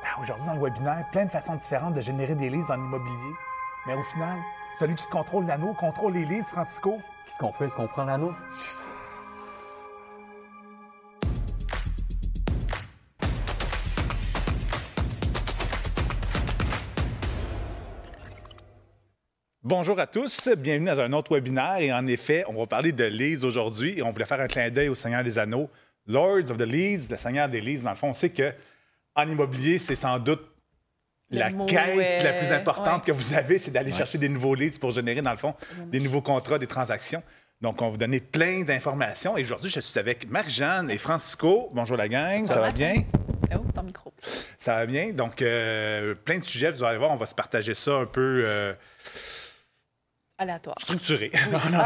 Aujourd'hui, dans le webinaire, plein de façons différentes de générer des leads en immobilier. Mais au final, celui qui contrôle l'anneau contrôle les leads, Francisco. Qu'est-ce qu'on fait? Est-ce qu'on prend l'anneau? Bonjour à tous, bienvenue dans un autre webinaire. Et en effet, on va parler de leads aujourd'hui et on voulait faire un clin d'œil au Seigneur des Anneaux, Lords of the Leads, le Seigneur des Leads. Dans le fond, on sait qu'en immobilier, c'est sans doute la quête la plus importante que vous avez, c'est d'aller chercher des nouveaux leads pour générer, dans le fond, des nouveaux contrats, des transactions. Donc, on va vous donner plein d'informations. Et aujourd'hui, je suis avec Marie-Jeanne et Francisco. Bonjour la gang, ça va bien? Oh, ton micro. Ça va bien. Donc, plein de sujets, vous allez voir, on va se partager ça un peu... aléatoire. Structuré. Oui. Non,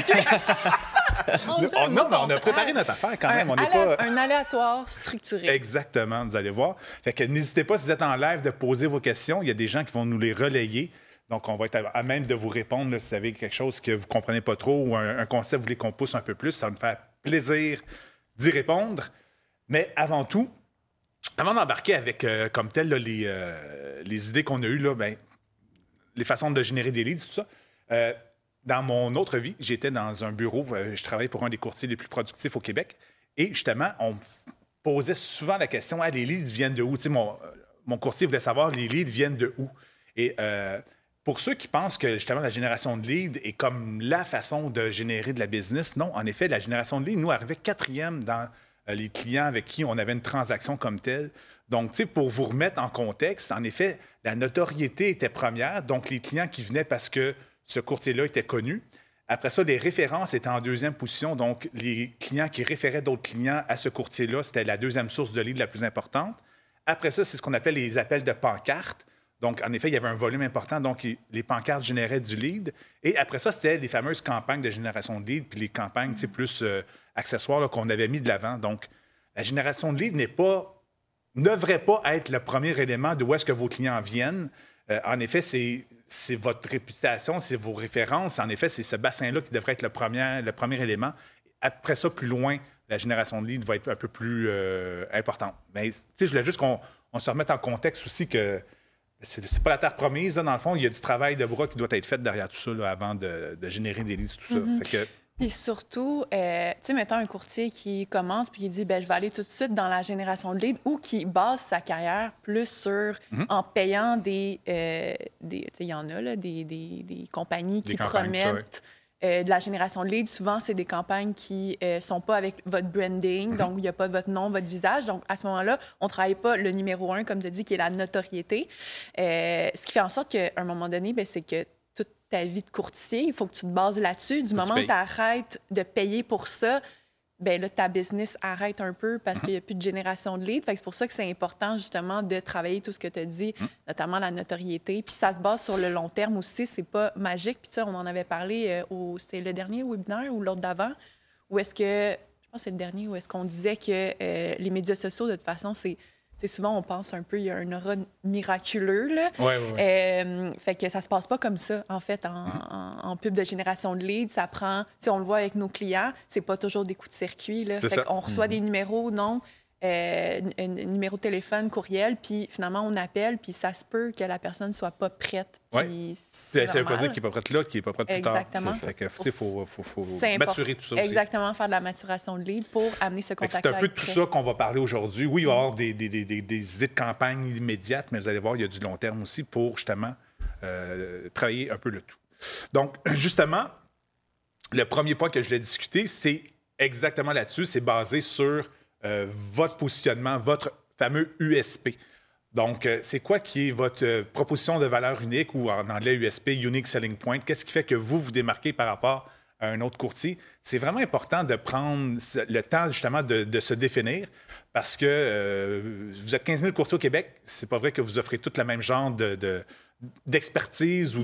non, mais on a préparé notre affaire quand même. On n'est pas... Un aléatoire structuré. Exactement, vous allez voir. Fait que n'hésitez pas, si vous êtes en live, de poser vos questions. Il y a des gens qui vont nous les relayer. Donc, on va être à même de vous répondre là, si vous avez quelque chose que vous ne comprenez pas trop ou un concept que vous voulez qu'on pousse un peu plus. Ça va nous faire plaisir d'y répondre. Mais avant tout, avant d'embarquer avec, comme tel, là, les idées qu'on a eues, là, ben, les façons de générer des leads, tout ça, dans mon autre vie, j'étais dans un bureau, je travaillais pour un des courtiers les plus productifs au Québec. Et justement, on me posait souvent la question, les leads viennent de où? Tu sais, mon courtier voulait savoir, les leads viennent de où? Et pour ceux qui pensent que justement la génération de leads est comme la façon de générer de la business, non, en effet, la génération de leads, nous, arrivait quatrième dans les clients avec qui on avait une transaction comme telle. Donc, tu sais, pour vous remettre en contexte, en effet, la notoriété était première. Donc, les clients qui venaient parce que ce courtier-là était connu. Après ça, les références étaient en deuxième position. Donc, les clients qui référaient d'autres clients à ce courtier-là, c'était la deuxième source de leads la plus importante. Après ça, c'est ce qu'on appelle les appels de pancartes. Donc, en effet, il y avait un volume important. Donc, les pancartes généraient du lead. Et après ça, c'était les fameuses campagnes de génération de lead, puis les campagnes plus accessoires là, qu'on avait mis de l'avant. Donc, la génération de lead ne devrait pas être le premier élément de où est-ce que vos clients viennent. En effet, c'est votre réputation, c'est vos références. En effet, c'est ce bassin-là qui devrait être le premier élément. Après ça, plus loin, la génération de leads va être un peu plus importante. Mais je voulais juste qu'on se remette en contexte aussi que c'est pas la terre promise. Là, dans le fond, il y a du travail de bras qui doit être fait derrière tout ça là, avant de générer des leads, tout ça. Fait que, et surtout, tu sais, mettons un courtier qui commence puis qui dit, je vais aller tout de suite dans la génération de leads ou qui base sa carrière plus sur, en payant il y en a, là, des compagnies qui promettent de la génération de leads. Souvent, c'est des campagnes qui sont pas avec votre branding, donc il n'y a pas votre nom, votre visage. Donc, à ce moment-là, on ne travaille pas le numéro 1, comme tu as dit, qui est la notoriété. Ce qui fait en sorte qu'à un moment donné, c'est que ta vie de courtier, il faut que tu te bases là-dessus. Du moment où tu arrêtes de payer pour ça, bien là, ta business arrête un peu parce qu'il n'y a plus de génération de leads. Fait que c'est pour ça que c'est important, justement, de travailler tout ce que tu as dit, notamment la notoriété. Puis ça se base sur le long terme aussi. C'est pas magique. Puis ça, on en avait parlé, c'est le dernier webinaire ou l'autre d'avant, où est-ce que, je pense que c'est le dernier, où est-ce qu'on disait que les médias sociaux, de toute façon, c'est souvent, on pense un peu, il y a un aura miraculeux, là. Fait que ça se passe pas comme ça, en fait, en pub de génération de leads. Ça prend, on le voit avec nos clients, c'est pas toujours des coups de circuit, là. Fait qu'on reçoit des numéros, un numéro de téléphone, courriel, puis finalement, on appelle, puis ça se peut que la personne soit pas prête. Puis ça veut pas dire qu'il n'est pas prête là, qu'il n'est pas prête plus tard. Exactement. Fait que, faut maturer tout ça aussi. Exactement, faire de la maturation de lead pour amener ce contact-là. C'est un peu tout ça qu'on va parler aujourd'hui. Oui, il va y avoir des idées de campagne immédiates, mais vous allez voir, il y a du long terme aussi pour, justement, travailler un peu le tout. Donc, justement, le premier point que je voulais discuter, c'est exactement là-dessus. C'est basé sur votre positionnement, votre fameux USP. Donc, c'est quoi qui est votre proposition de valeur unique ou en anglais USP, Unique Selling Point? Qu'est-ce qui fait que vous vous démarquez par rapport à un autre courtier? C'est vraiment important de prendre le temps, justement, de se définir parce que vous êtes 15 000 courtiers au Québec. C'est pas vrai que vous offrez tout le même genre d'expertise ou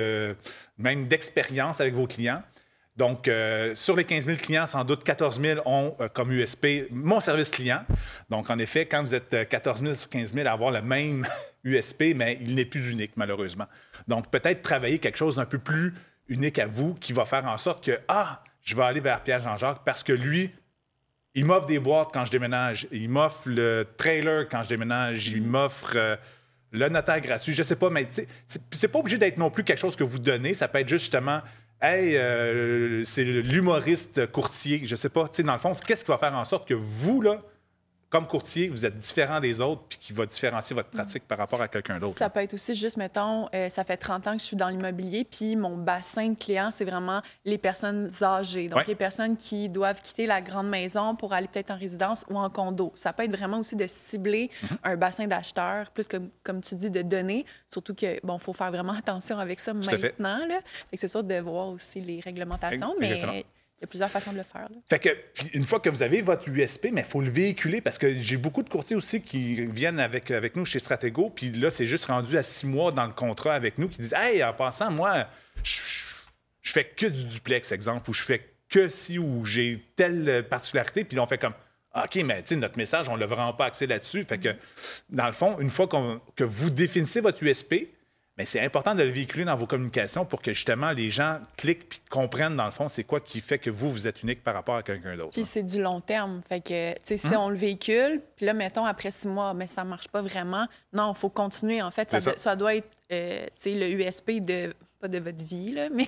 même d'expérience avec vos clients. Donc, sur les 15 000 clients, sans doute 14 000 ont comme USP mon service client. Donc, en effet, quand vous êtes 14 000 sur 15 000 à avoir le même USP, mais il n'est plus unique, malheureusement. Donc, peut-être travailler quelque chose d'un peu plus unique à vous qui va faire en sorte que, je vais aller vers Pierre Jean-Jacques parce que lui, il m'offre des boîtes quand je déménage, il m'offre le trailer quand je déménage, il m'offre le notaire gratuit, je sais pas, mais c'est pas obligé d'être non plus quelque chose que vous donnez, ça peut être juste justement, hey, c'est l'humoriste courtier, je sais pas, tu sais, dans le fond, qu'est-ce qui va faire en sorte que vous, là, comme courtier, vous êtes différent des autres puis qui va différencier votre pratique par rapport à quelqu'un d'autre? Ça peut être aussi juste, mettons, ça fait 30 ans que je suis dans l'immobilier, puis mon bassin de clients, c'est vraiment les personnes âgées. Donc, les personnes qui doivent quitter la grande maison pour aller peut-être en résidence ou en condo. Ça peut être vraiment aussi de cibler un bassin d'acheteurs, plus comme tu dis, de données. Surtout que, bon, il faut faire vraiment attention avec ça maintenant. Là. Fait que c'est sûr de voir aussi les réglementations, mais... Il y a plusieurs façons de le faire. Là. Fait que, puis une fois que vous avez votre USP, mais il faut le véhiculer parce que j'ai beaucoup de courtiers aussi qui viennent avec nous chez Stratego, puis là, c'est juste rendu à 6 mois dans le contrat avec nous qui disent « Hey, en passant, moi, je fais que du duplex, exemple, ou je fais que si ou j'ai telle particularité. » Puis on fait comme « OK, mais tu sais, notre message, on n'a vraiment pas axé là-dessus. » Fait que, dans le fond, une fois que vous définissez votre USP, mais c'est important de le véhiculer dans vos communications pour que, justement, les gens cliquent et comprennent, dans le fond, c'est quoi qui fait que vous êtes unique par rapport à quelqu'un d'autre. Puis c'est du long terme. Fait que, tu sais, si on le véhicule, puis là, mettons, après 6 mois, mais ça marche pas vraiment, non, il faut continuer. En fait, ça doit être, tu sais, le USP pas de votre vie, là, mais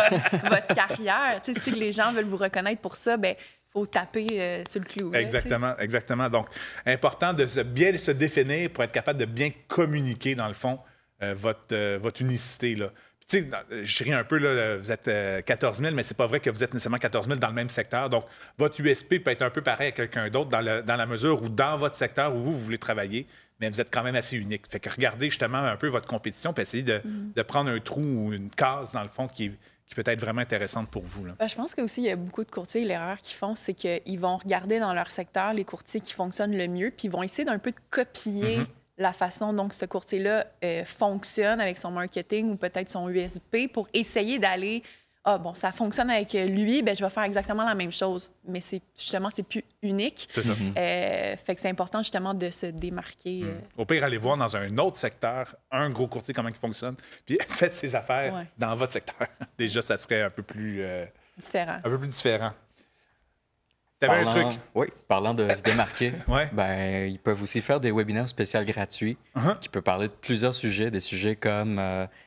de votre carrière. Tu sais, si les gens veulent vous reconnaître pour ça, bien, il faut taper sur le clou. Exactement, là, exactement. Donc, important de bien se définir pour être capable de bien communiquer, dans le fond, votre unicité, là. Tu sais, je ris un peu, là, vous êtes 14 000, mais c'est pas vrai que vous êtes nécessairement 14 000 dans le même secteur. Donc, votre USP peut être un peu pareil à quelqu'un d'autre dans la mesure où, dans votre secteur où vous voulez travailler, mais vous êtes quand même assez unique. Fait que regardez justement un peu votre compétition puis essayez de prendre un trou ou une case, dans le fond, qui peut être vraiment intéressante pour vous. Là. Ben, je pense qu'aussi, il y a beaucoup de courtiers, l'erreur qu'ils font, c'est qu'ils vont regarder dans leur secteur les courtiers qui fonctionnent le mieux, puis ils vont essayer d'un peu de copier la façon dont ce courtier-là fonctionne avec son marketing ou peut-être son USP pour essayer d'aller « Ah, bon, ça fonctionne avec lui, ben je vais faire exactement la même chose. » Mais c'est plus unique. C'est ça. Fait que c'est important, justement, de se démarquer. Au pire, allez voir dans un autre secteur un gros courtier comment il fonctionne, puis faites ses affaires dans votre secteur. Déjà, ça serait un peu plus... différent. Un peu plus différent. T'avais un truc? Oui, parlant de se démarquer, ben, ils peuvent aussi faire des webinaires spéciaux gratuits qui peuvent parler de plusieurs sujets, des sujets comme,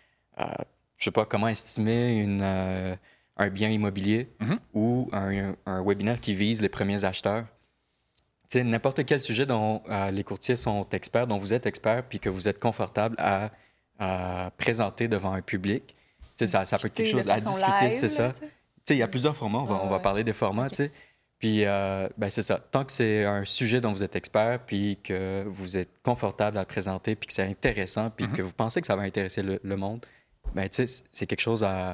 je sais pas, comment estimer un bien immobilier ou un webinaire qui vise les premiers acheteurs. Tu sais, n'importe quel sujet dont les courtiers sont experts, dont vous êtes expert, puis que vous êtes confortable à présenter devant un public. Tu sais, ça peut être quelque chose à discuter, c'est ça. Tu sais, il y a plusieurs formats, on va parler des formats, tu sais. Puis, ben c'est ça. Tant que c'est un sujet dont vous êtes expert, puis que vous êtes confortable à le présenter, puis que c'est intéressant, puis que vous pensez que ça va intéresser le monde, ben tu sais, c'est quelque chose à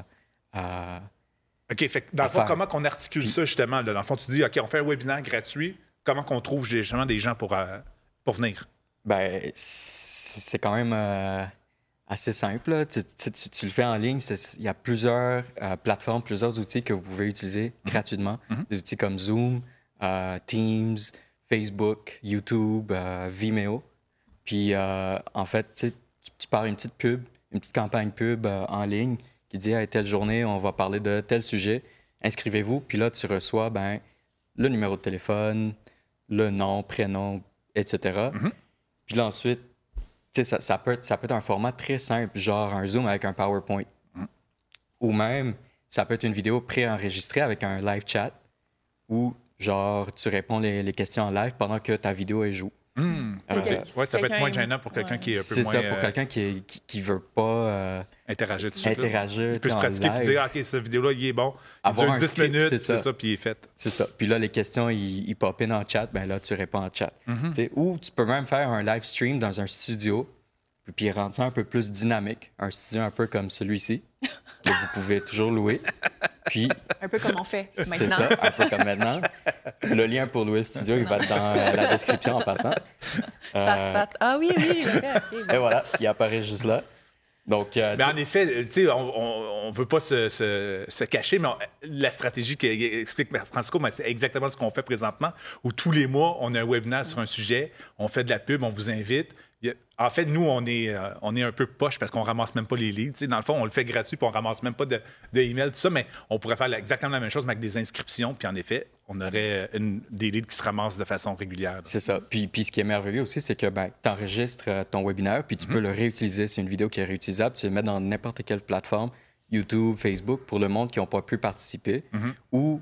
OK. Fait que dans le fond, comment qu'on articule ça, justement? Là? Dans le fond, tu dis, OK, on fait un webinaire gratuit. Comment qu'on trouve justement des gens pour venir? Ben c'est quand même assez simple. Là. Tu le fais en ligne. Il y a plusieurs plateformes, plusieurs outils que vous pouvez utiliser gratuitement. Des outils comme Zoom, Teams, Facebook, YouTube, Vimeo. Puis, en fait, tu pars une petite pub, une petite campagne pub en ligne qui dit hey, « telle journée, on va parler de tel sujet. Inscrivez-vous. » Puis là, tu reçois le numéro de téléphone, le nom, prénom, etc. Puis là, ensuite, ça peut être un format très simple, genre un Zoom avec un PowerPoint. Ou même, ça peut être une vidéo préenregistrée avec un live chat où, genre, tu réponds les questions en live pendant que ta vidéo est jouée. Ça peut être moins gênant pour quelqu'un qui est un peu moins... C'est ça, pour quelqu'un qui veut pas... interagir tout de suite. Il peut se pratiquer et dire « OK, cette vidéo-là, il est bon. Il dure 10 minutes, c'est ça, puis il est fait. » C'est ça. Puis là, les questions, ils pop-in en chat. Ben là, tu réponds en chat. Ou tu peux même faire un live stream dans un studio puis rendre ça un peu plus dynamique. Un studio un peu comme celui-ci, que vous pouvez toujours louer. Puis, un peu comme on fait maintenant. C'est ça, un peu comme maintenant. Le lien pour louer le studio, il va être dans la description en passant. Ah oui, okay. Et voilà, il apparaît juste là. Donc, mais en effet, on ne veut pas se cacher, mais la stratégie qu'explique Francisco, c'est exactement ce qu'on fait présentement, où tous les mois, on a un webinaire sur un sujet, on fait de la pub, on vous invite, En fait, nous, on est un peu poche parce qu'on ramasse même pas les leads. Tu sais, dans le fond, on le fait gratuit puis on ramasse même pas de emails, tout ça, mais on pourrait faire exactement la même chose, mais avec des inscriptions. Puis en effet, on aurait des leads qui se ramassent de façon régulière. C'est ça. Puis ce qui est merveilleux aussi, c'est que tu enregistres ton webinaire, puis tu peux le réutiliser. C'est une vidéo qui est réutilisable. Tu le mets dans n'importe quelle plateforme, YouTube, Facebook, pour le monde qui n'a pas pu participer. Ou...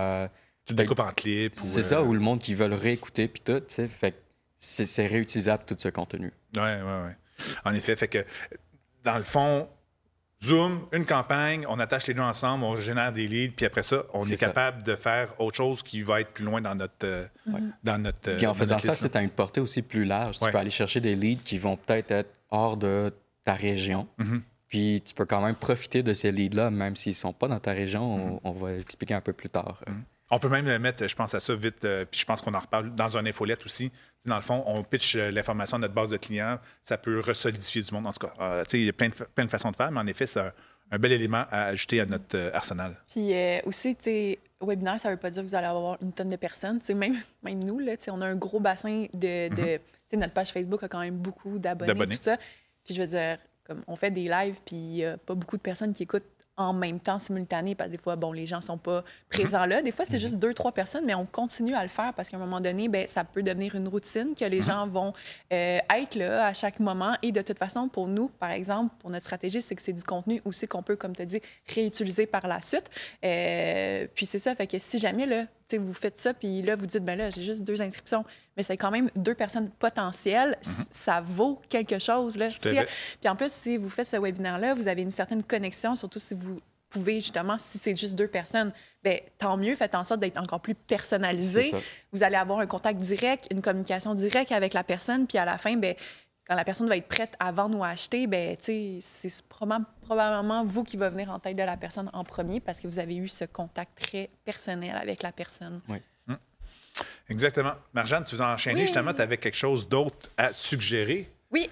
tu découpes en clips. C'est ça, ou le monde qui veut le réécouter, puis tout. Tu sais, fait que c'est réutilisable, tout ce contenu. Oui. En effet, fait que dans le fond, Zoom, une campagne, on attache les deux ensemble, on génère des leads, puis après ça, on est capable de faire autre chose qui va être plus loin dans notre... Puis en faisant ça, tu as une portée aussi plus large. Tu peux aller chercher des leads qui vont peut-être être hors de ta région. Puis tu peux quand même profiter de ces leads-là, même s'ils ne sont pas dans ta région. On va l'expliquer un peu plus tard. On peut même le mettre, je pense à ça vite, puis je pense qu'on en reparle dans un infolette aussi. Dans le fond, on pitch l'information à notre base de clients. Ça peut resolidifier du monde. En tout cas, il y a plein de façons de faire, mais en effet, c'est un bel élément à ajouter à notre arsenal. Puis aussi, tu sais, webinaire, ça ne veut pas dire que vous allez avoir une tonne de personnes. Même nous, là, on a un gros bassin de tu sais, notre page Facebook a quand même beaucoup d'abonnés. Tout ça. Puis je veux dire, comme on fait des lives, puis il n'y a pas beaucoup de personnes qui écoutent en même temps, simultané, parce que des fois, les gens ne sont pas présents là. Des fois, c'est juste 2-3 personnes, mais on continue à le faire parce qu'à un moment donné, ça peut devenir une routine que les gens vont être là à chaque moment. Et de toute façon, pour nous, par exemple, pour notre stratégie, c'est que c'est du contenu aussi qu'on peut, comme tu as dit, réutiliser par la suite. Puis c'est ça, fait que si jamais, là, vous faites ça, puis là, vous dites, là, j'ai juste 2 inscriptions, mais c'est quand même 2 personnes potentielles, ça vaut quelque chose, là. Puis en plus, si vous faites ce webinaire-là, vous avez une certaine connexion, surtout si vous pouvez, justement, si c'est juste 2 personnes, tant mieux, faites en sorte d'être encore plus personnalisé. Vous allez avoir un contact direct, une communication directe avec la personne, puis à la fin, quand la personne va être prête à vendre ou à acheter, c'est probablement vous qui va venir en tête de la personne en premier parce que vous avez eu ce contact très personnel avec la personne. Oui. Exactement. Marjane, tu veux enchaîner, justement, tu avais quelque chose d'autre à suggérer? Oui.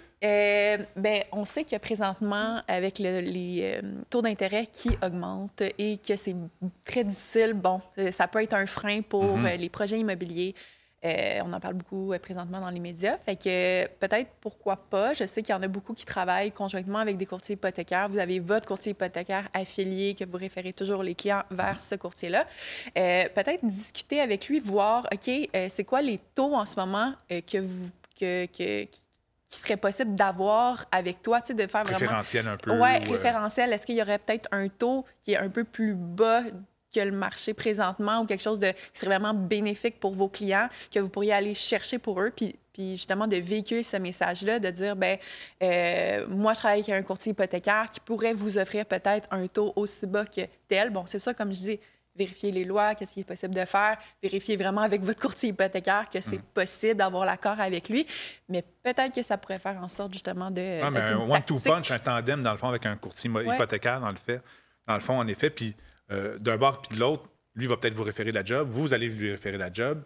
On sait que présentement, avec les taux d'intérêt qui augmentent et que c'est très difficile, ça peut être un frein pour les projets immobiliers. On en parle beaucoup présentement dans les médias. Fait que peut-être, pourquoi pas, je sais qu'il y en a beaucoup qui travaillent conjointement avec des courtiers hypothécaires. Vous avez votre courtier hypothécaire affilié que vous référez toujours les clients vers ce courtier-là. Peut-être discuter avec lui, voir, OK, c'est quoi les taux en ce moment qui serait possible d'avoir avec toi, tu sais, de faire vraiment... Référentiel un peu. Oui, référentiel. Est-ce qu'il y aurait peut-être un taux qui est un peu plus bas que le marché présentement ou quelque chose qui serait vraiment bénéfique pour vos clients, que vous pourriez aller chercher pour eux, puis justement de véhiculer ce message-là, de dire, moi, je travaille avec un courtier hypothécaire qui pourrait vous offrir peut-être un taux aussi bas que tel. C'est ça, comme je dis, vérifier les lois, qu'est-ce qui est possible de faire, vérifier vraiment avec votre courtier hypothécaire que c'est possible d'avoir l'accord avec lui, mais peut-être que ça pourrait faire en sorte justement de... Non, mais un one-two punch, un tandem, dans le fond, avec un courtier hypothécaire, dans le fond, en effet, puis d'un bord puis de l'autre, lui va peut-être vous référer la job, vous allez lui référer la job,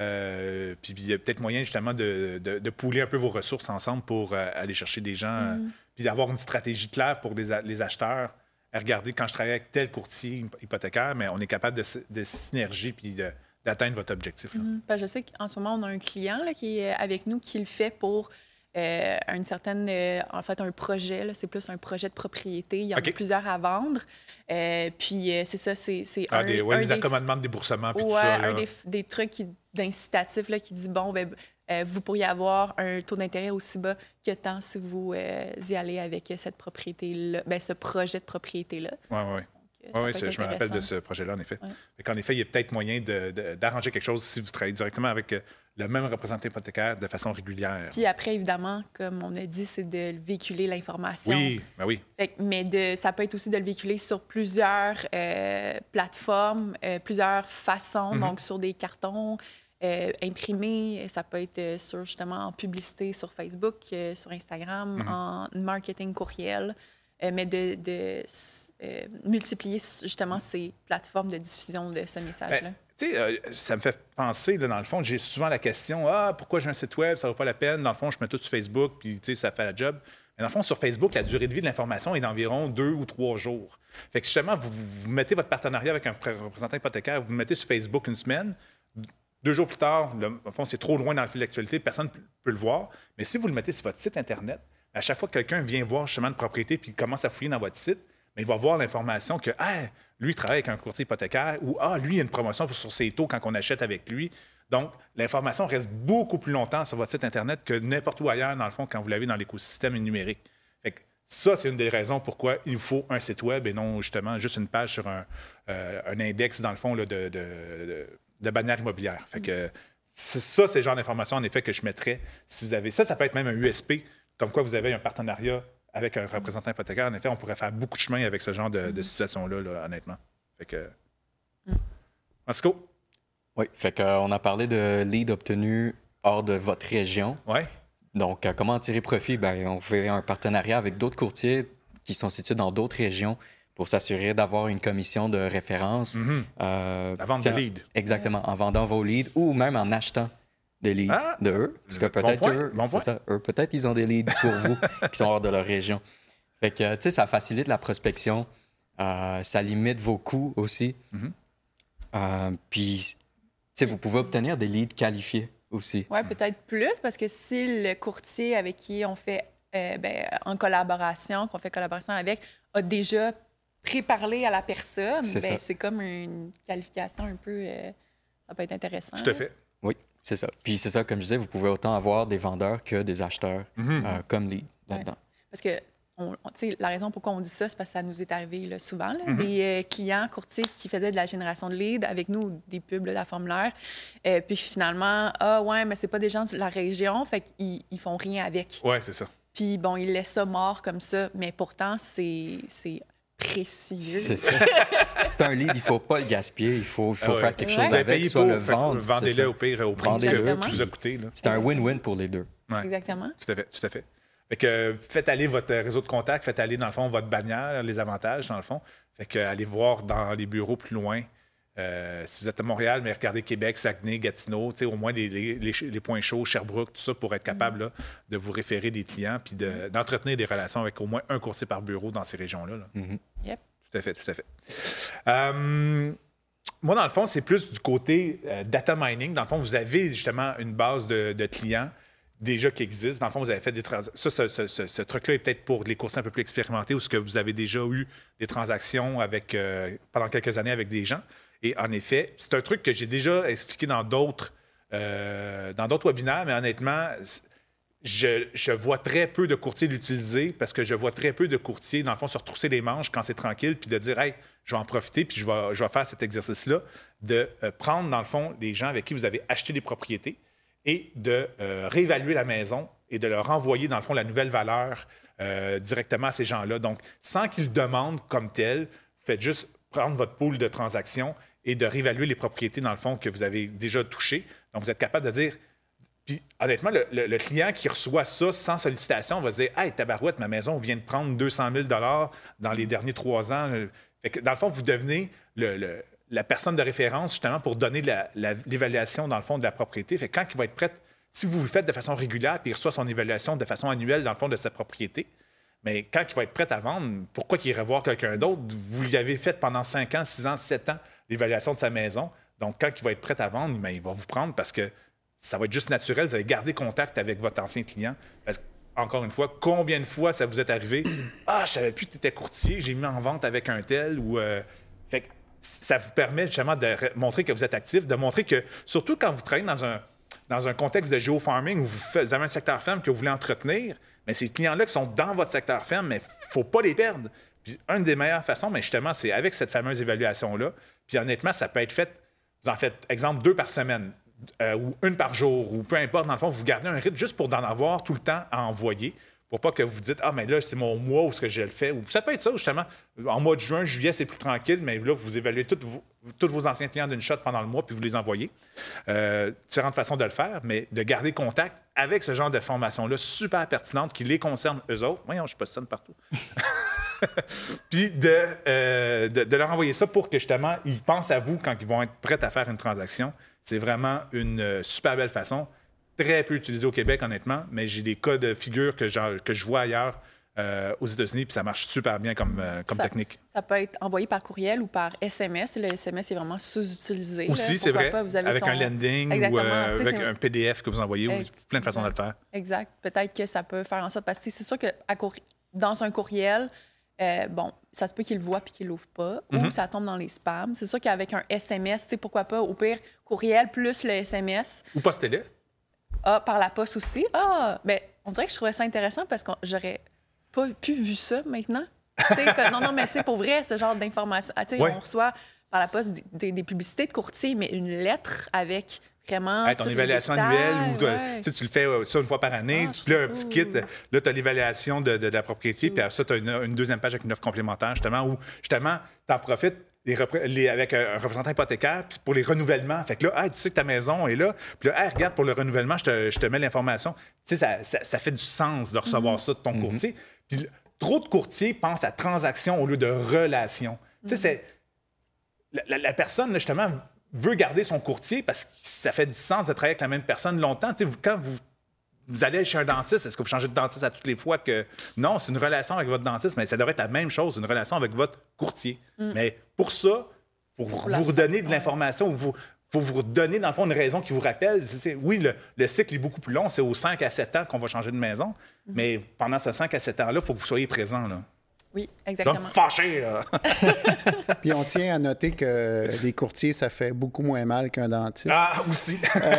puis il y a peut-être moyen justement de pooler un peu vos ressources ensemble pour aller chercher des gens, puis d'avoir une stratégie claire pour les acheteurs. Regardez, quand je travaille avec tel courtier hypothécaire, mais on est capable de synergie puis d'atteindre votre objectif. Je sais qu'en ce moment, on a un client là, qui est avec nous qui le fait pour une certaine... en fait, un projet, là, c'est plus un projet de propriété. Il y en a plusieurs à vendre. Puis c'est ça, c'est des accommodements de déboursement puis tout ça. Un des trucs d'incitatifs qui dit, vous pourriez avoir un taux d'intérêt aussi bas que tant si vous y allez avec cette propriété-là, ce projet de propriété-là. Oui, je me rappelle de ce projet-là, en effet. En effet, il y a peut-être moyen d'arranger quelque chose si vous travaillez directement avec le même représentant hypothécaire de façon régulière. Puis après, évidemment, comme on a dit, c'est de véhiculer l'information. Oui. Mais ça peut être aussi de le véhiculer sur plusieurs plateformes, plusieurs façons, donc sur des cartons, imprimé, ça peut être justement en publicité sur Facebook, sur Instagram, en marketing courriel, mais de multiplier justement ces plateformes de diffusion de ce message-là. Ça me fait penser, là, dans le fond, j'ai souvent la question, pourquoi j'ai un site web, ça vaut pas la peine. Dans le fond, je mets tout sur Facebook, puis ça fait la job. Mais dans le fond, sur Facebook, la durée de vie de l'information est d'environ 2 ou 3 jours. Fait que justement, vous mettez votre partenariat avec un représentant hypothécaire, vous le mettez sur Facebook une semaine, 2 jours plus tard, au fond, c'est trop loin dans le fil d'actualité, personne ne peut le voir. Mais si vous le mettez sur votre site Internet, à chaque fois que quelqu'un vient voir justement une propriété puis commence à fouiller dans votre site, mais il va voir l'information que lui, il travaille avec un courtier hypothécaire ou lui, il y a une promotion sur ses taux quand on achète avec lui. Donc, l'information reste beaucoup plus longtemps sur votre site Internet que n'importe où ailleurs, dans le fond, quand vous l'avez dans l'écosystème numérique. Fait que ça, c'est une des raisons pourquoi il faut un site web et non justement juste une page sur un index, dans le fond, là, de bannière immobilière. Fait que ça, c'est le genre d'information, en effet, que je mettrais. Si vous avez ça peut être même un USP, comme quoi vous avez un partenariat avec un représentant hypothécaire. En effet, on pourrait faire beaucoup de chemin avec ce genre de situation-là, là, honnêtement. Fait que... Masco? Oui, fait qu'on a parlé de leads obtenus hors de votre région. Oui. Donc, comment en tirer profit? Bien, on fait un partenariat avec d'autres courtiers qui sont situés dans d'autres régions pour s'assurer d'avoir une commission de référence. La vente de leads. Exactement, en vendant vos leads ou même en achetant des leads de eux. Parce que peut-être peut-être ils ont des leads pour vous qui sont hors de leur région. Fait que, tu sais, ça facilite la prospection. Ça limite vos coûts aussi. Puis, tu sais, vous pouvez obtenir des leads qualifiés aussi. Oui, peut-être plus, parce que si le courtier avec qui on fait qu'on fait collaboration avec, a déjà préparé à la personne, c'est comme une qualification un peu... ça peut être intéressant. Tout à fait. Oui, c'est ça. Puis c'est ça, comme je disais, vous pouvez autant avoir des vendeurs que des acheteurs comme lead là-dedans. Parce que la raison pourquoi on dit ça, c'est parce que ça nous est arrivé là, souvent. Là, des clients courtiers qui faisaient de la génération de leads avec nous, des pubs là, de la formulaire. Puis finalement, mais c'est pas des gens de la région, fait qu'ils font rien avec. Oui, c'est ça. Puis bon, ils laissent ça mort comme ça, mais pourtant, c'est précieux. C'est ça. C'est un lead, il faut pas le gaspiller, il faut faire quelque chose avec, soit le vendre. Vendez-le au pire, au prix que vous a coûté. C'est un win-win pour les deux. Ouais. Exactement. Tout à fait. Fait que faites aller votre réseau de contacts, faites aller, dans le fond, votre bannière, les avantages, dans le fond. Fait que allez voir dans les bureaux plus loin. Si vous êtes à Montréal, mais regardez Québec, Saguenay, Gatineau, au moins les points chauds, Sherbrooke, tout ça, pour être capable là, de vous référer des clients puis d'entretenir des relations avec au moins un courtier par bureau dans ces régions-là. Là. Yep. Tout à fait. Moi, dans le fond, c'est plus du côté data mining. Dans le fond, vous avez justement une base de clients déjà qui existe. Dans le fond, vous avez fait des transactions. Ce truc-là est peut-être pour les courtiers un peu plus expérimentés ou ce que vous avez déjà eu des transactions avec, pendant quelques années avec des gens. Et en effet, c'est un truc que j'ai déjà expliqué dans d'autres webinaires, mais honnêtement, je vois très peu de courtiers l'utiliser parce que je vois très peu de courtiers, dans le fond, se retrousser les manches quand c'est tranquille puis de dire « Hey, je vais en profiter puis je vais faire cet exercice-là », de prendre, dans le fond, les gens avec qui vous avez acheté des propriétés et de réévaluer la maison et de leur envoyer, dans le fond, la nouvelle valeur directement à ces gens-là. Donc, sans qu'ils demandent comme tel, faites juste prendre votre pool de transactions et de réévaluer les propriétés, dans le fond, que vous avez déjà touchées. Donc, vous êtes capable de dire... Puis, honnêtement, le client qui reçoit ça sans sollicitation va se dire « Hey, tabarouette, ma maison vient de prendre 200 000 $ dans les derniers 3 ans. » Fait que, dans le fond, vous devenez la personne de référence, justement, pour donner l'évaluation, dans le fond, de la propriété. Fait que quand il va être prêt, si vous le faites de façon régulière, puis il reçoit son évaluation de façon annuelle, dans le fond, de sa propriété, mais quand il va être prêt à vendre, pourquoi qu'il irait voir quelqu'un d'autre? Vous y avez fait pendant 5 ans, 6 ans, 7 ans l'évaluation de sa maison. Donc, quand il va être prêt à vendre, il va vous prendre parce que ça va être juste naturel. Vous allez garder contact avec votre ancien client. Parce que, encore une fois, combien de fois ça vous est arrivé? Ah, je savais plus que tu étais courtier, j'ai mis en vente avec un tel. Fait que ça vous permet justement de montrer que vous êtes actif, de montrer que, surtout quand vous travaillez dans un contexte de géofarming où vous avez un secteur ferme que vous voulez entretenir, mais ces clients-là qui sont dans votre secteur ferme, mais il ne faut pas les perdre. Puis, une des meilleures façons, mais justement, c'est avec cette fameuse évaluation-là. Puis honnêtement, ça peut être fait, vous en faites, exemple, 2 par semaine, ou 1 par jour, ou peu importe, dans le fond, vous gardez un rythme juste pour en avoir tout le temps à envoyer, pour pas que vous dites « Ah, mais là, c'est mon mois où ce que je le fais. » Ou ça peut être ça, justement. En mois de juin, juillet, c'est plus tranquille, mais là, vous évaluez tous vos anciens clients d'une shot pendant le mois, puis vous les envoyez. Différentes façons de le faire, mais de garder contact avec ce genre de formation-là, super pertinente, qui les concerne eux autres. Voyons, je poste ça de partout. Puis de leur envoyer ça pour que, justement, ils pensent à vous quand ils vont être prêts à faire une transaction. C'est vraiment une super belle façon. Très peu utilisée au Québec, honnêtement, mais j'ai des cas de figure que je vois ailleurs aux États-Unis, puis ça marche super bien comme technique. Ça peut être envoyé par courriel ou par SMS. Le SMS est vraiment sous-utilisé. Aussi, c'est vrai, avec un landing ou avec un PDF que vous envoyez, ou plein de façons de le faire. Exact. Peut-être que ça peut faire en sorte, parce que c'est sûr que dans un courriel, ça se peut qu'il le voit puis qu'il l'ouvre pas, ou ça tombe dans les spams. C'est sûr qu'avec un SMS, pourquoi pas, au pire, courriel plus le SMS. Ou postez-le. Par la poste aussi. On dirait que je trouvais ça intéressant parce que j'aurais pas pu vu ça maintenant. Non, mais pour vrai, ce genre d'informations. On reçoit par la poste des publicités de courtier, mais une lettre avec vraiment. Ton évaluation annuelle, tu le fais ça une fois par année. Puis là, un petit kit, là, tu as l'évaluation de la propriété, puis après ça, tu as une deuxième page avec une offre complémentaire, justement, où justement, tu en profites. Avec un représentant hypothécaire pour les renouvellements. Fait que là, tu sais que ta maison est là. Puis là, regarde, pour le renouvellement, je te mets l'information. Tu sais, ça fait du sens de recevoir ça de ton courtier. Puis trop de courtiers pensent à transaction au lieu de relation. Tu sais, la personne, là, justement, veut garder son courtier parce que ça fait du sens de travailler avec la même personne longtemps. Tu sais, quand vous allez chez un dentiste, est-ce que vous changez de dentiste à toutes les fois que... Non, c'est une relation avec votre dentiste, mais ça devrait être la même chose, une relation avec votre courtier. Mais pour ça, il faut vous redonner de l'information, il faut vous redonner, dans le fond, une raison qui vous rappelle. Oui, le cycle est beaucoup plus long, c'est aux 5 à 7 ans qu'on va changer de maison, mais pendant ces 5 à 7 ans-là, il faut que vous soyez présent, là. Oui, exactement. Donc, fâché, là. Puis on tient à noter que les courtiers, ça fait beaucoup moins mal qu'un dentiste. Aussi.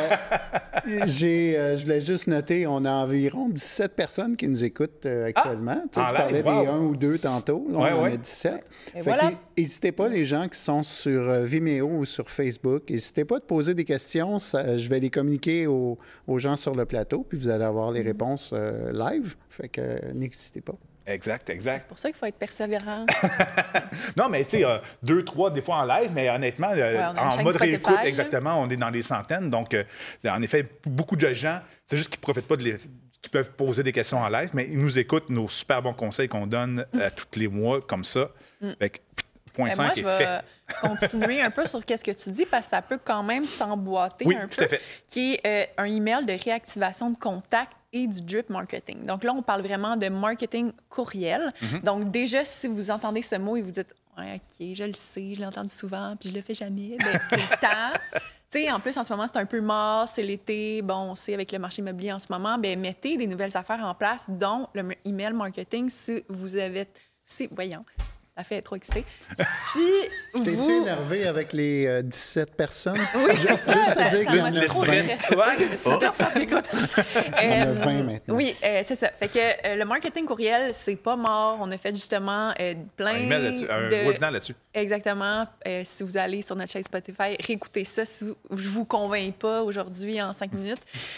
Je voulais juste noter, on a environ 17 personnes qui nous écoutent actuellement. Tu parlais des 1 ou 2 tantôt. Là, on en a 17. N'hésitez pas, les gens qui sont sur Vimeo ou sur Facebook, n'hésitez pas à poser des questions. Je vais les communiquer aux gens sur le plateau, puis vous allez avoir les réponses live. Fait que n'hésitez pas. Exact. C'est pour ça qu'il faut être persévérant. Non, mais tu sais, 2, 3 des fois en live, mais honnêtement, en mode réécoute, exactement, on est dans les centaines. Donc, en effet, beaucoup de gens, c'est juste qu'ils ne profitent pas qui peuvent poser des questions en live, mais ils nous écoutent nos super bons conseils qu'on donne tous les mois, comme ça. Fait que, point 5 est fait. Moi, je vais continuer un peu sur qu'est-ce que tu dis, parce que ça peut quand même s'emboîter un peu. Tout à fait. Qui est un email de réactivation de contact et du drip marketing. Donc là, on parle vraiment de marketing courriel. Donc déjà, si vous entendez ce mot et vous dites « Ouais, OK, je le sais, je l'ai entendu souvent, puis je le fais jamais. » Bien, c'est le temps. Tu sais, en plus, en ce moment, c'est un peu mort, c'est l'été. Bon, on sait, avec le marché immobilier en ce moment, bien, mettez des nouvelles affaires en place, dont le email marketing, si vous avez... Voyons. Ça fait trop excité. T'es-tu énervé avec les 17 personnes? Oui, juste te dire qu'il y en a trop stress. Ouais, 17 personnes, écoute. On a 20 maintenant. Oui, c'est ça. Fait que le marketing courriel, c'est pas mort. On a fait justement plein un webinaire là-dessus. Exactement. Si vous allez sur notre chaîne Spotify, réécoutez ça si je vous convainc pas aujourd'hui en 5 minutes.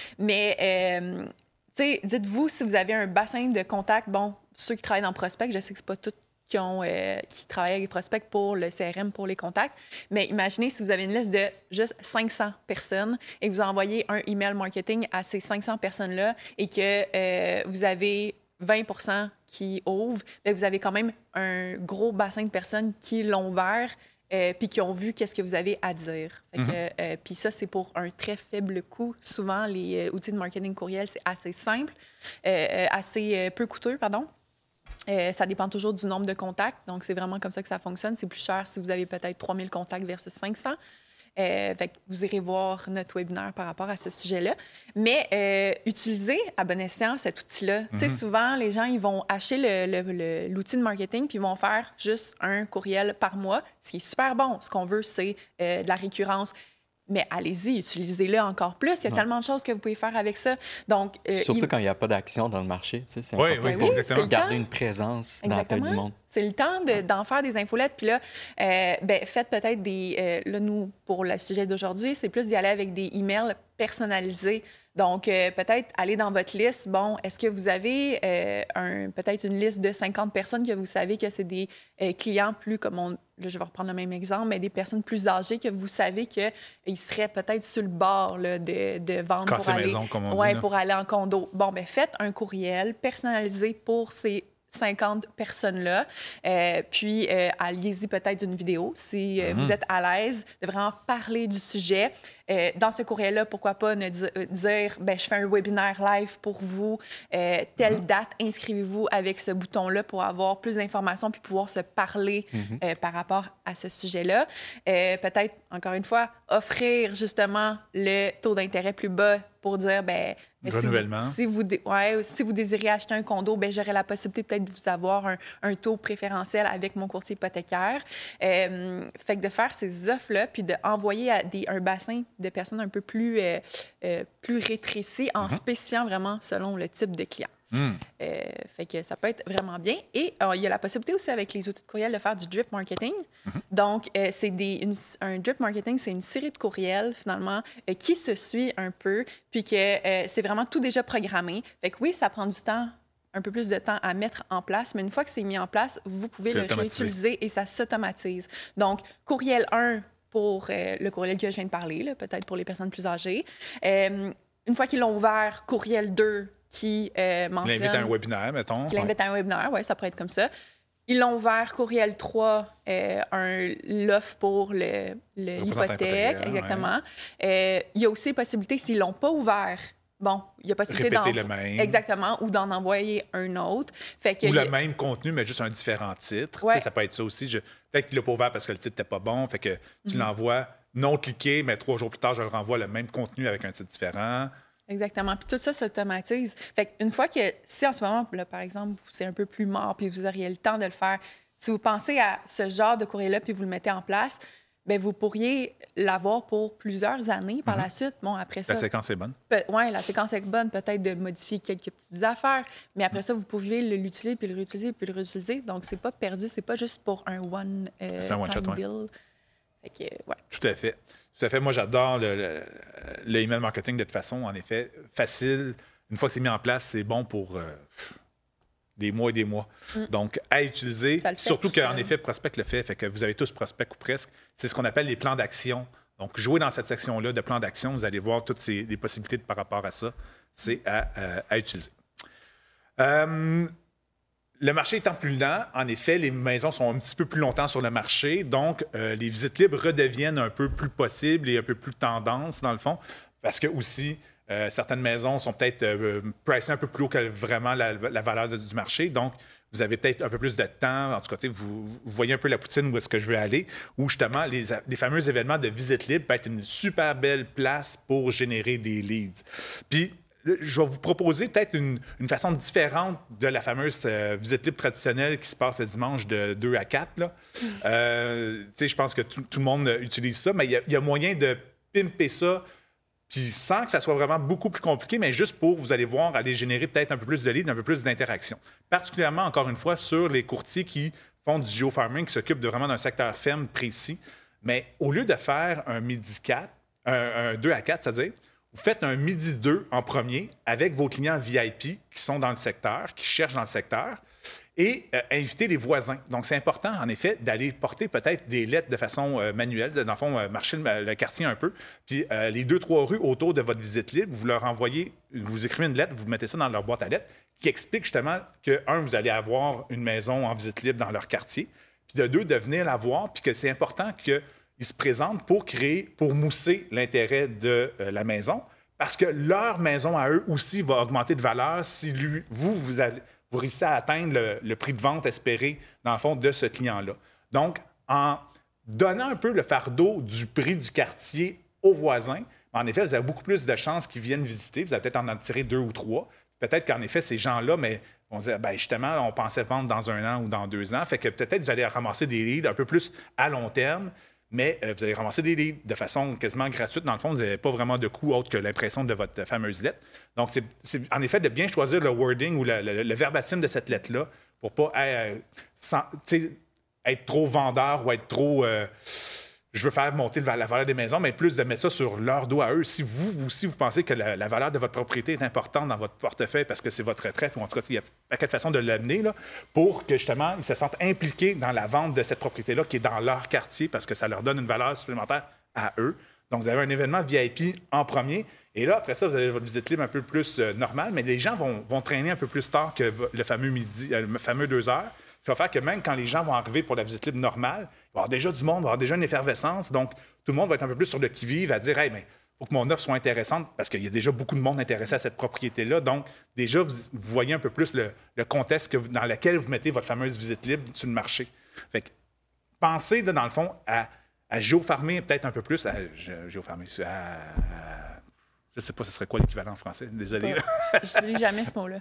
Mais, tu sais, dites-vous si vous avez un bassin de contacts. Bon, ceux qui travaillent dans Prospect, je sais que c'est pas tout qui travaillent avec les prospects pour le CRM, pour les contacts. Mais imaginez si vous avez une liste de juste 500 personnes et que vous envoyez un email marketing à ces 500 personnes-là et que vous avez 20 qui ouvrent, bien, vous avez quand même un gros bassin de personnes qui l'ont ouvert puis qui ont vu qu'est-ce que vous avez à dire. Puis ça, c'est pour un très faible coût. Souvent, les outils de marketing courriel, c'est assez simple, assez peu coûteux, pardon. Ça dépend toujours du nombre de contacts. Donc, c'est vraiment comme ça que ça fonctionne. C'est plus cher si vous avez peut-être 3000 contacts versus 500. Fait que vous irez voir notre webinaire par rapport à ce sujet-là. Mais utilisez à bon escient cet outil-là. Tu sais, souvent, les gens, ils vont acheter l'outil de marketing puis ils vont faire juste un courriel par mois, ce qui est super bon. Ce qu'on veut, c'est de la récurrence. Mais allez-y, utilisez-le encore plus. Il y a tellement de choses que vous pouvez faire avec ça. Donc, surtout quand il n'y a pas d'action dans le marché. C'est important exactement. de garder une présence dans la tête du monde. C'est le temps d'en faire des infolettes. Puis là, faites peut-être des... là, nous, pour le sujet d'aujourd'hui, c'est plus d'y aller avec des emails personnalisés. Donc, peut-être aller dans votre liste. Bon, est-ce que vous avez peut-être une liste de 50 personnes que vous savez que c'est des clients plus, là, je vais reprendre le même exemple, mais des personnes plus âgées que vous savez qu'ils seraient peut-être sur le bord là, de vendre casser pour aller, maison, comme on dit, pour aller en condo. Bon, bien, faites un courriel personnalisé pour ces 50 personnes-là. Puis, allez-y peut-être d'une vidéo si vous êtes à l'aise de vraiment parler du sujet. Dans ce courriel-là, pourquoi pas dire, ben, je fais un webinaire live pour vous, telle date, inscrivez-vous avec ce bouton-là pour avoir plus d'informations puis pouvoir se parler par rapport à ce sujet-là. Peut-être, encore une fois, offrir justement le taux d'intérêt plus bas pour dire, ben, renouvellement. Si vous désirez acheter un condo, ben, j'aurai la possibilité peut-être de vous avoir un taux préférentiel avec mon courtier hypothécaire. Fait que de faire ces offres-là, puis d'envoyer à un bassin de personnes un peu plus rétréci en spécifiant vraiment selon le type de client. Fait que ça peut être vraiment bien. Et il y a la possibilité aussi avec les outils de courriel de faire du drip marketing. Donc, un drip marketing, c'est une série de courriels, finalement, qui se suit un peu, puis que c'est vraiment tout déjà programmé. Fait que oui, ça prend du temps, un peu plus de temps à mettre en place, mais une fois que c'est mis en place, vous pouvez le réutiliser et ça s'automatise. Donc, courriel 1 pour le courriel que je viens de parler, là, peut-être pour les personnes plus âgées. Une fois qu'ils l'ont ouvert, courriel 2 qui mentionne... Qui l'invite à un webinaire, mettons. Qui l'invite à un webinaire, oui, ça pourrait être comme ça. Ils l'ont ouvert, courriel 3, l'offre pour l'hypothèque, exactement. Il y a aussi possibilité, s'ils ne l'ont pas ouvert, bon, il y a possibilité répéter le même. Exactement, ou d'en envoyer un autre. Fait que ou le même contenu, mais juste un différent titre. Ouais. Ça peut être ça aussi. Peut-être qu'il l'a pas ouvert parce que le titre n'était pas bon, fait que tu l'envoies non cliqué, mais 3 jours plus tard, je le renvoie le même contenu avec un titre différent. Exactement. Puis tout ça s'automatise. Fait qu'une fois que, si en ce moment, là, par exemple, c'est un peu plus mort, puis vous auriez le temps de le faire, si vous pensez à ce genre de courrier-là, puis vous le mettez en place, bien, vous pourriez l'avoir pour plusieurs années par la suite. Bon, après ça... La séquence est bonne. Oui, la séquence est bonne. Peut-être de modifier quelques petites affaires, mais après ça, vous pouvez l'utiliser, puis le réutiliser, puis le réutiliser. Donc, c'est pas perdu. C'est pas juste pour un one-time deal. Fait que, ouais. Tout à fait. Tout à fait. Moi, j'adore le email marketing de toute façon. En effet, facile. Une fois que c'est mis en place, c'est bon pour des mois et des mois. Donc, à utiliser. Surtout qu'en effet, Prospect le fait. Fait que vous avez tous Prospect ou presque. C'est ce qu'on appelle les plans d'action. Donc, jouez dans cette section-là de plans d'action. Vous allez voir toutes les possibilités par rapport à ça. C'est à utiliser. Le marché étant plus lent, en effet, les maisons sont un petit peu plus longtemps sur le marché. Donc, les visites libres redeviennent un peu plus possibles et un peu plus tendance, dans le fond, parce que aussi, certaines maisons sont peut-être pricées un peu plus haut que vraiment la valeur du marché. Donc, vous avez peut-être un peu plus de temps. En tout cas, vous voyez un peu la poutine où est-ce que je veux aller, où justement, les fameux événements de visite libre peuvent être une super belle place pour générer des leads. Puis, je vais vous proposer peut-être une façon différente de la fameuse visite libre traditionnelle qui se passe le dimanche de 2 à 4. Là. Je pense que tout le monde utilise ça, mais il y a moyen de pimper ça, puis sans que ça soit vraiment beaucoup plus compliqué, mais juste pour, vous allez voir, aller générer peut-être un peu plus de leads, un peu plus d'interaction. Particulièrement, encore une fois, sur les courtiers qui font du geofarming, qui s'occupent vraiment d'un secteur ferme précis. Mais au lieu de faire un midi 4, un 2 à 4, c'est-à-dire, vous faites un midi 2 en premier avec vos clients VIP qui sont dans le secteur, qui cherchent dans le secteur, et inviter les voisins. Donc, c'est important, en effet, d'aller porter peut-être des lettres de façon manuelle, dans le fond, marcher le quartier un peu. Puis, les 2-3 rues autour de votre visite libre, vous leur envoyez, vous écrivez une lettre, vous mettez ça dans leur boîte à lettres, qui explique justement que, 1, vous allez avoir une maison en visite libre dans leur quartier, puis de 2, de venir la voir, puis que c'est important que ils se présentent pour mousser l'intérêt de la maison, parce que leur maison à eux aussi va augmenter de valeur si vous réussissez à atteindre le prix de vente espéré, dans le fond, de ce client-là. Donc, en donnant un peu le fardeau du prix du quartier aux voisins, en effet, vous avez beaucoup plus de chances qu'ils viennent visiter. Vous allez peut-être en tirer 2 ou 3. Peut-être qu'en effet, ces gens-là, mais on se dit, ben justement, on pensait vendre dans 1 an ou dans 2 ans. Fait que peut-être vous allez ramasser des leads un peu plus à long terme, mais vous allez ramasser des leads de façon quasiment gratuite. Dans le fond, vous n'avez pas vraiment de coût autre que l'impression de votre fameuse lettre. Donc, c'est en effet de bien choisir le wording ou le verbatim de cette lettre-là pour ne pas être trop vendeur ou être trop... je veux faire monter la valeur des maisons, mais plus de mettre ça sur leur dos à eux. Si vous aussi, vous pensez que la valeur de votre propriété est importante dans votre portefeuille parce que c'est votre retraite, ou en tout cas, il y a un paquet de façons de l'amener là, pour que, justement, ils se sentent impliqués dans la vente de cette propriété-là qui est dans leur quartier parce que ça leur donne une valeur supplémentaire à eux. Donc, vous avez un événement VIP en premier. Et là, après ça, vous avez votre visite libre un peu plus normale, mais les gens vont traîner un peu plus tard que le fameux midi, le fameux 2 heures. Ça va faire que même quand les gens vont arriver pour la visite libre normale, il va y avoir déjà du monde, il va y avoir déjà une effervescence. Donc, tout le monde va être un peu plus sur le qui-vive à dire « Hey, mais il faut que mon offre soit intéressante parce qu'il y a déjà beaucoup de monde intéressé à cette propriété-là. » Donc, déjà, vous voyez un peu plus le contexte dans lequel vous mettez votre fameuse visite libre sur le marché. Fait que pensez, là, dans le fond, à géofarmer peut-être un peu plus. Géofarmer, je ne sais pas ce serait quoi l'équivalent en français. Désolé. Je ne dis jamais ce mot-là.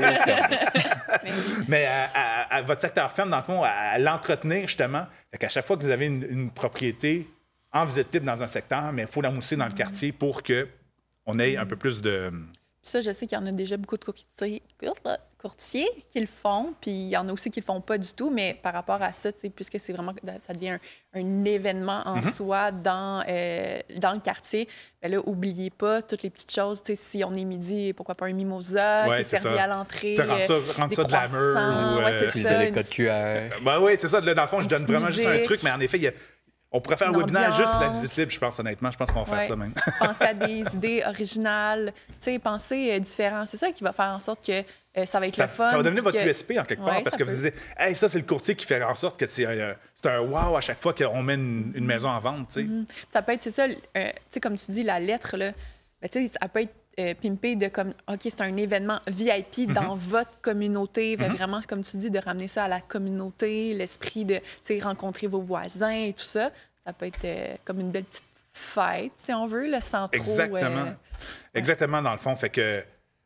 Mais à votre secteur ferme, dans le fond, à l'entretenir, justement. Fait qu'à chaque fois que vous avez une propriété en visite libre dans un secteur, mais il faut la mousser dans le quartier pour qu'on ait un peu plus de... Ça, je sais qu'il y en a déjà beaucoup de courtiers qui le font, puis il y en a aussi qui le font pas du tout, mais par rapport à ça, puisque c'est vraiment, ça devient un événement en soi dans le quartier, bien là, n'oubliez pas toutes les petites choses. Si on est midi, pourquoi pas un mimosa qui est servi à l'entrée. Rendre ça de l'amour. Utiliser les codes QR. Oui, c'est ça. Là, dans le fond, je donne vraiment juste un truc, mais en effet, on pourrait faire un webinaire juste la visite libre, je pense, honnêtement. Je pense qu'on va faire ça même. Pensez à des idées originales, pensez différent. C'est ça qui va faire en sorte que ça va être le fun. Ça va devenir votre USP en quelque part, parce que vous disiez, hey, ça, c'est le courtier qui fait en sorte que c'est un wow à chaque fois qu'on met une maison en vente. Ça peut être, c'est ça, comme tu dis, la lettre, là, ben, ça peut être pimpé de comme, OK, c'est un événement VIP dans votre communauté. Vraiment, comme tu dis, de ramener ça à la communauté, l'esprit de rencontrer vos voisins et tout ça. Ça peut être comme une belle petite fête, si on veut, là, sans trop... Exactement. Exactement, dans le fond. Fait que,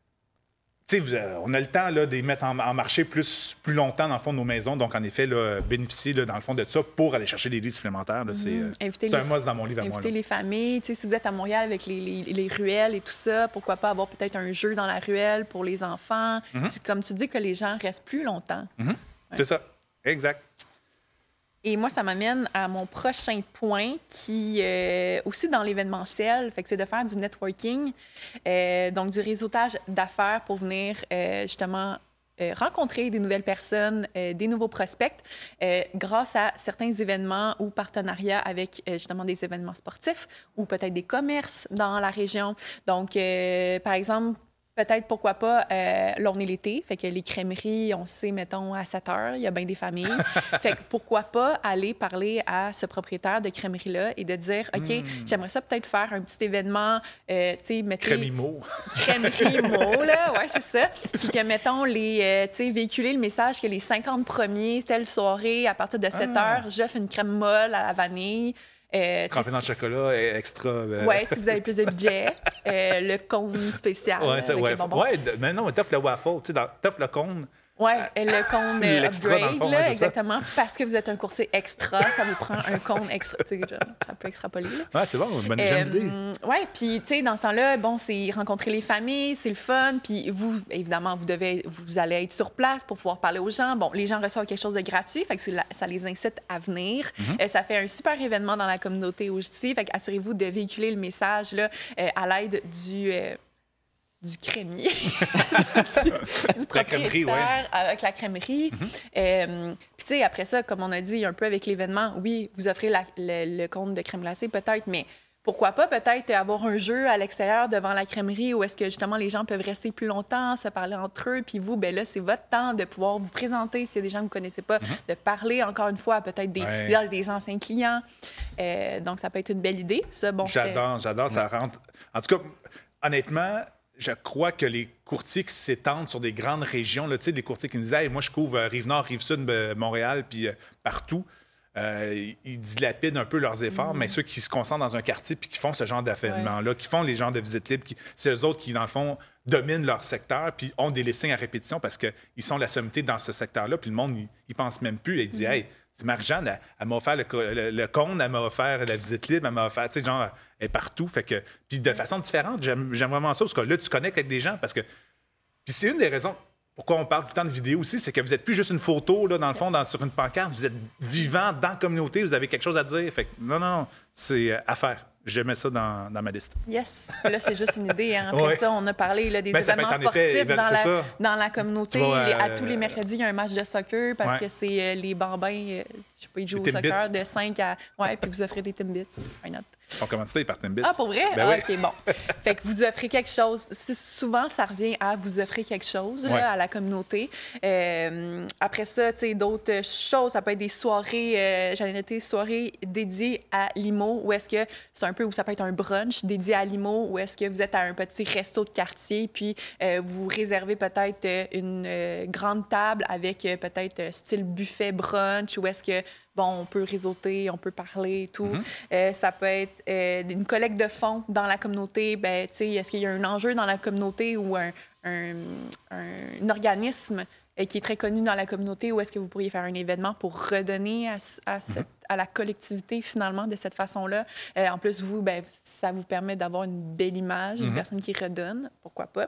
on a le temps là, de les mettre en marché plus longtemps, dans le fond, de nos maisons. Donc, en effet, là, bénéficier, là, dans le fond, de ça pour aller chercher des livres supplémentaires. Là, c'est un must dans mon livre à moi. Inviter les familles. Si vous êtes à Montréal avec les ruelles et tout ça, pourquoi pas avoir peut-être un jeu dans la ruelle pour les enfants. Comme tu dis, que les gens restent plus longtemps. C'est ça. Exact. Et moi, ça m'amène à mon prochain point qui aussi dans l'événementiel, fait que c'est de faire du networking, donc du réseautage d'affaires pour venir justement rencontrer des nouvelles personnes, des nouveaux prospects grâce à certains événements ou partenariats avec justement des événements sportifs ou peut-être des commerces dans la région. Donc, par exemple, peut-être, pourquoi pas, là, on est l'été, fait que les crèmeries, on sait, mettons, à 7 heures, il y a bien des familles. Fait que pourquoi pas aller parler à ce propriétaire de crèmerie-là et de dire, OK, j'aimerais ça peut-être faire un petit événement, tu sais, mettez... Crémimo, là, ouais, c'est ça. Puis que, mettons, tu sais, véhiculer le message que les 50 premiers, telle soirée, à partir de 7 heures, j'offre une crème molle à la vanille. Trempé dans le chocolat, extra. Oui, si vous avez plus de budget. Le cône spécial. Mais non, t'offres le waffle. T'offres le cône. Oui, le cône upgrade, là, exactement. Parce que vous êtes un courtier extra, ça vous prend un cône extra. Ça peut extrapoler. Oui, c'est bon, bonne idée. Oui, puis, tu sais, dans ce temps-là, bon, c'est rencontrer les familles, c'est le fun. Puis, vous, évidemment, vous allez être sur place pour pouvoir parler aux gens. Bon, les gens reçoivent quelque chose de gratuit, fait que ça les incite à venir. Ça fait un super événement dans la communauté aussi. Fait que assurez-vous de véhiculer le message là, à l'aide du crémier, du propriétaire avec la crèmerie. Puis, tu sais, après ça, comme on a dit un peu avec l'événement, oui, vous offrez le compte de crème glacée peut-être, mais pourquoi pas peut-être avoir un jeu à l'extérieur devant la crèmerie où est-ce que justement les gens peuvent rester plus longtemps, se parler entre eux, puis vous, ben là, c'est votre temps de pouvoir vous présenter s'il y a des gens que vous ne connaissez pas, de parler encore une fois peut-être des anciens clients. Donc, ça peut être une belle idée. Ça, bon, j'adore, ça rentre. En tout cas, honnêtement, je crois que les courtiers qui s'étendent sur des grandes régions, tu sais, des courtiers qui nous disent hey, « moi, je couvre Rive-Nord, Rive-Sud, Montréal, puis partout », ils dilapident un peu leurs efforts, mais ceux qui se concentrent dans un quartier puis qui font ce genre d'événements-là, qui font les genres de visites libres, c'est eux autres qui, dans le fond, dominent leur secteur puis ont des listings à répétition parce qu'ils sont la sommité dans ce secteur-là, puis le monde, il pense même plus. Il dit « Hey, c'est Marie-Jeanne, elle m'a offert le cône, elle m'a offert la visite libre, elle m'a offert, tu sais, genre, elle est partout. » Fait que, puis de façon différente, j'aime vraiment ça, parce que là, tu connectes avec des gens, parce que... Puis c'est une des raisons pourquoi on parle tout le temps de vidéo aussi, c'est que vous n'êtes plus juste une photo, là, dans le fond, sur une pancarte, vous êtes vivant dans la communauté, vous avez quelque chose à dire. Fait que non, c'est à faire. Je mets ça dans ma liste. Yes. Là, c'est juste une idée. Hein. Après ça, on a parlé là, des événements sportifs dans la communauté. À tous les mercredis, il y a un match de soccer parce que c'est les bambins, je sais pas, ils jouent au soccer de 5 à... Ouais, puis vous offrez des Timbits. Why not? Ils sont commandités par Timbits. Ah, pour vrai? Ben oui. OK, bon. Fait que vous offrez quelque chose. Souvent, ça revient à vous offrir quelque chose là, à la communauté. Après ça, tu sais, d'autres choses, ça peut être des soirées, j'allais noter, soirées dédiées à l'IMO, où est-ce que c'est un peu, où ça peut être un brunch dédié à l'IMO, où est-ce que vous êtes à un petit resto de quartier, puis vous réservez peut-être une grande table avec peut-être style buffet brunch, où est-ce que bon, on peut réseauter, on peut parler et tout. Ça peut être une collecte de fonds dans la communauté. Ben, tu sais, est-ce qu'il y a un enjeu dans la communauté ou un organisme qui est très connu dans la communauté, ou est-ce que vous pourriez faire un événement pour redonner à la collectivité, finalement, de cette façon-là? En plus, vous, ben, ça vous permet d'avoir une belle image, une personne qui redonne, pourquoi pas.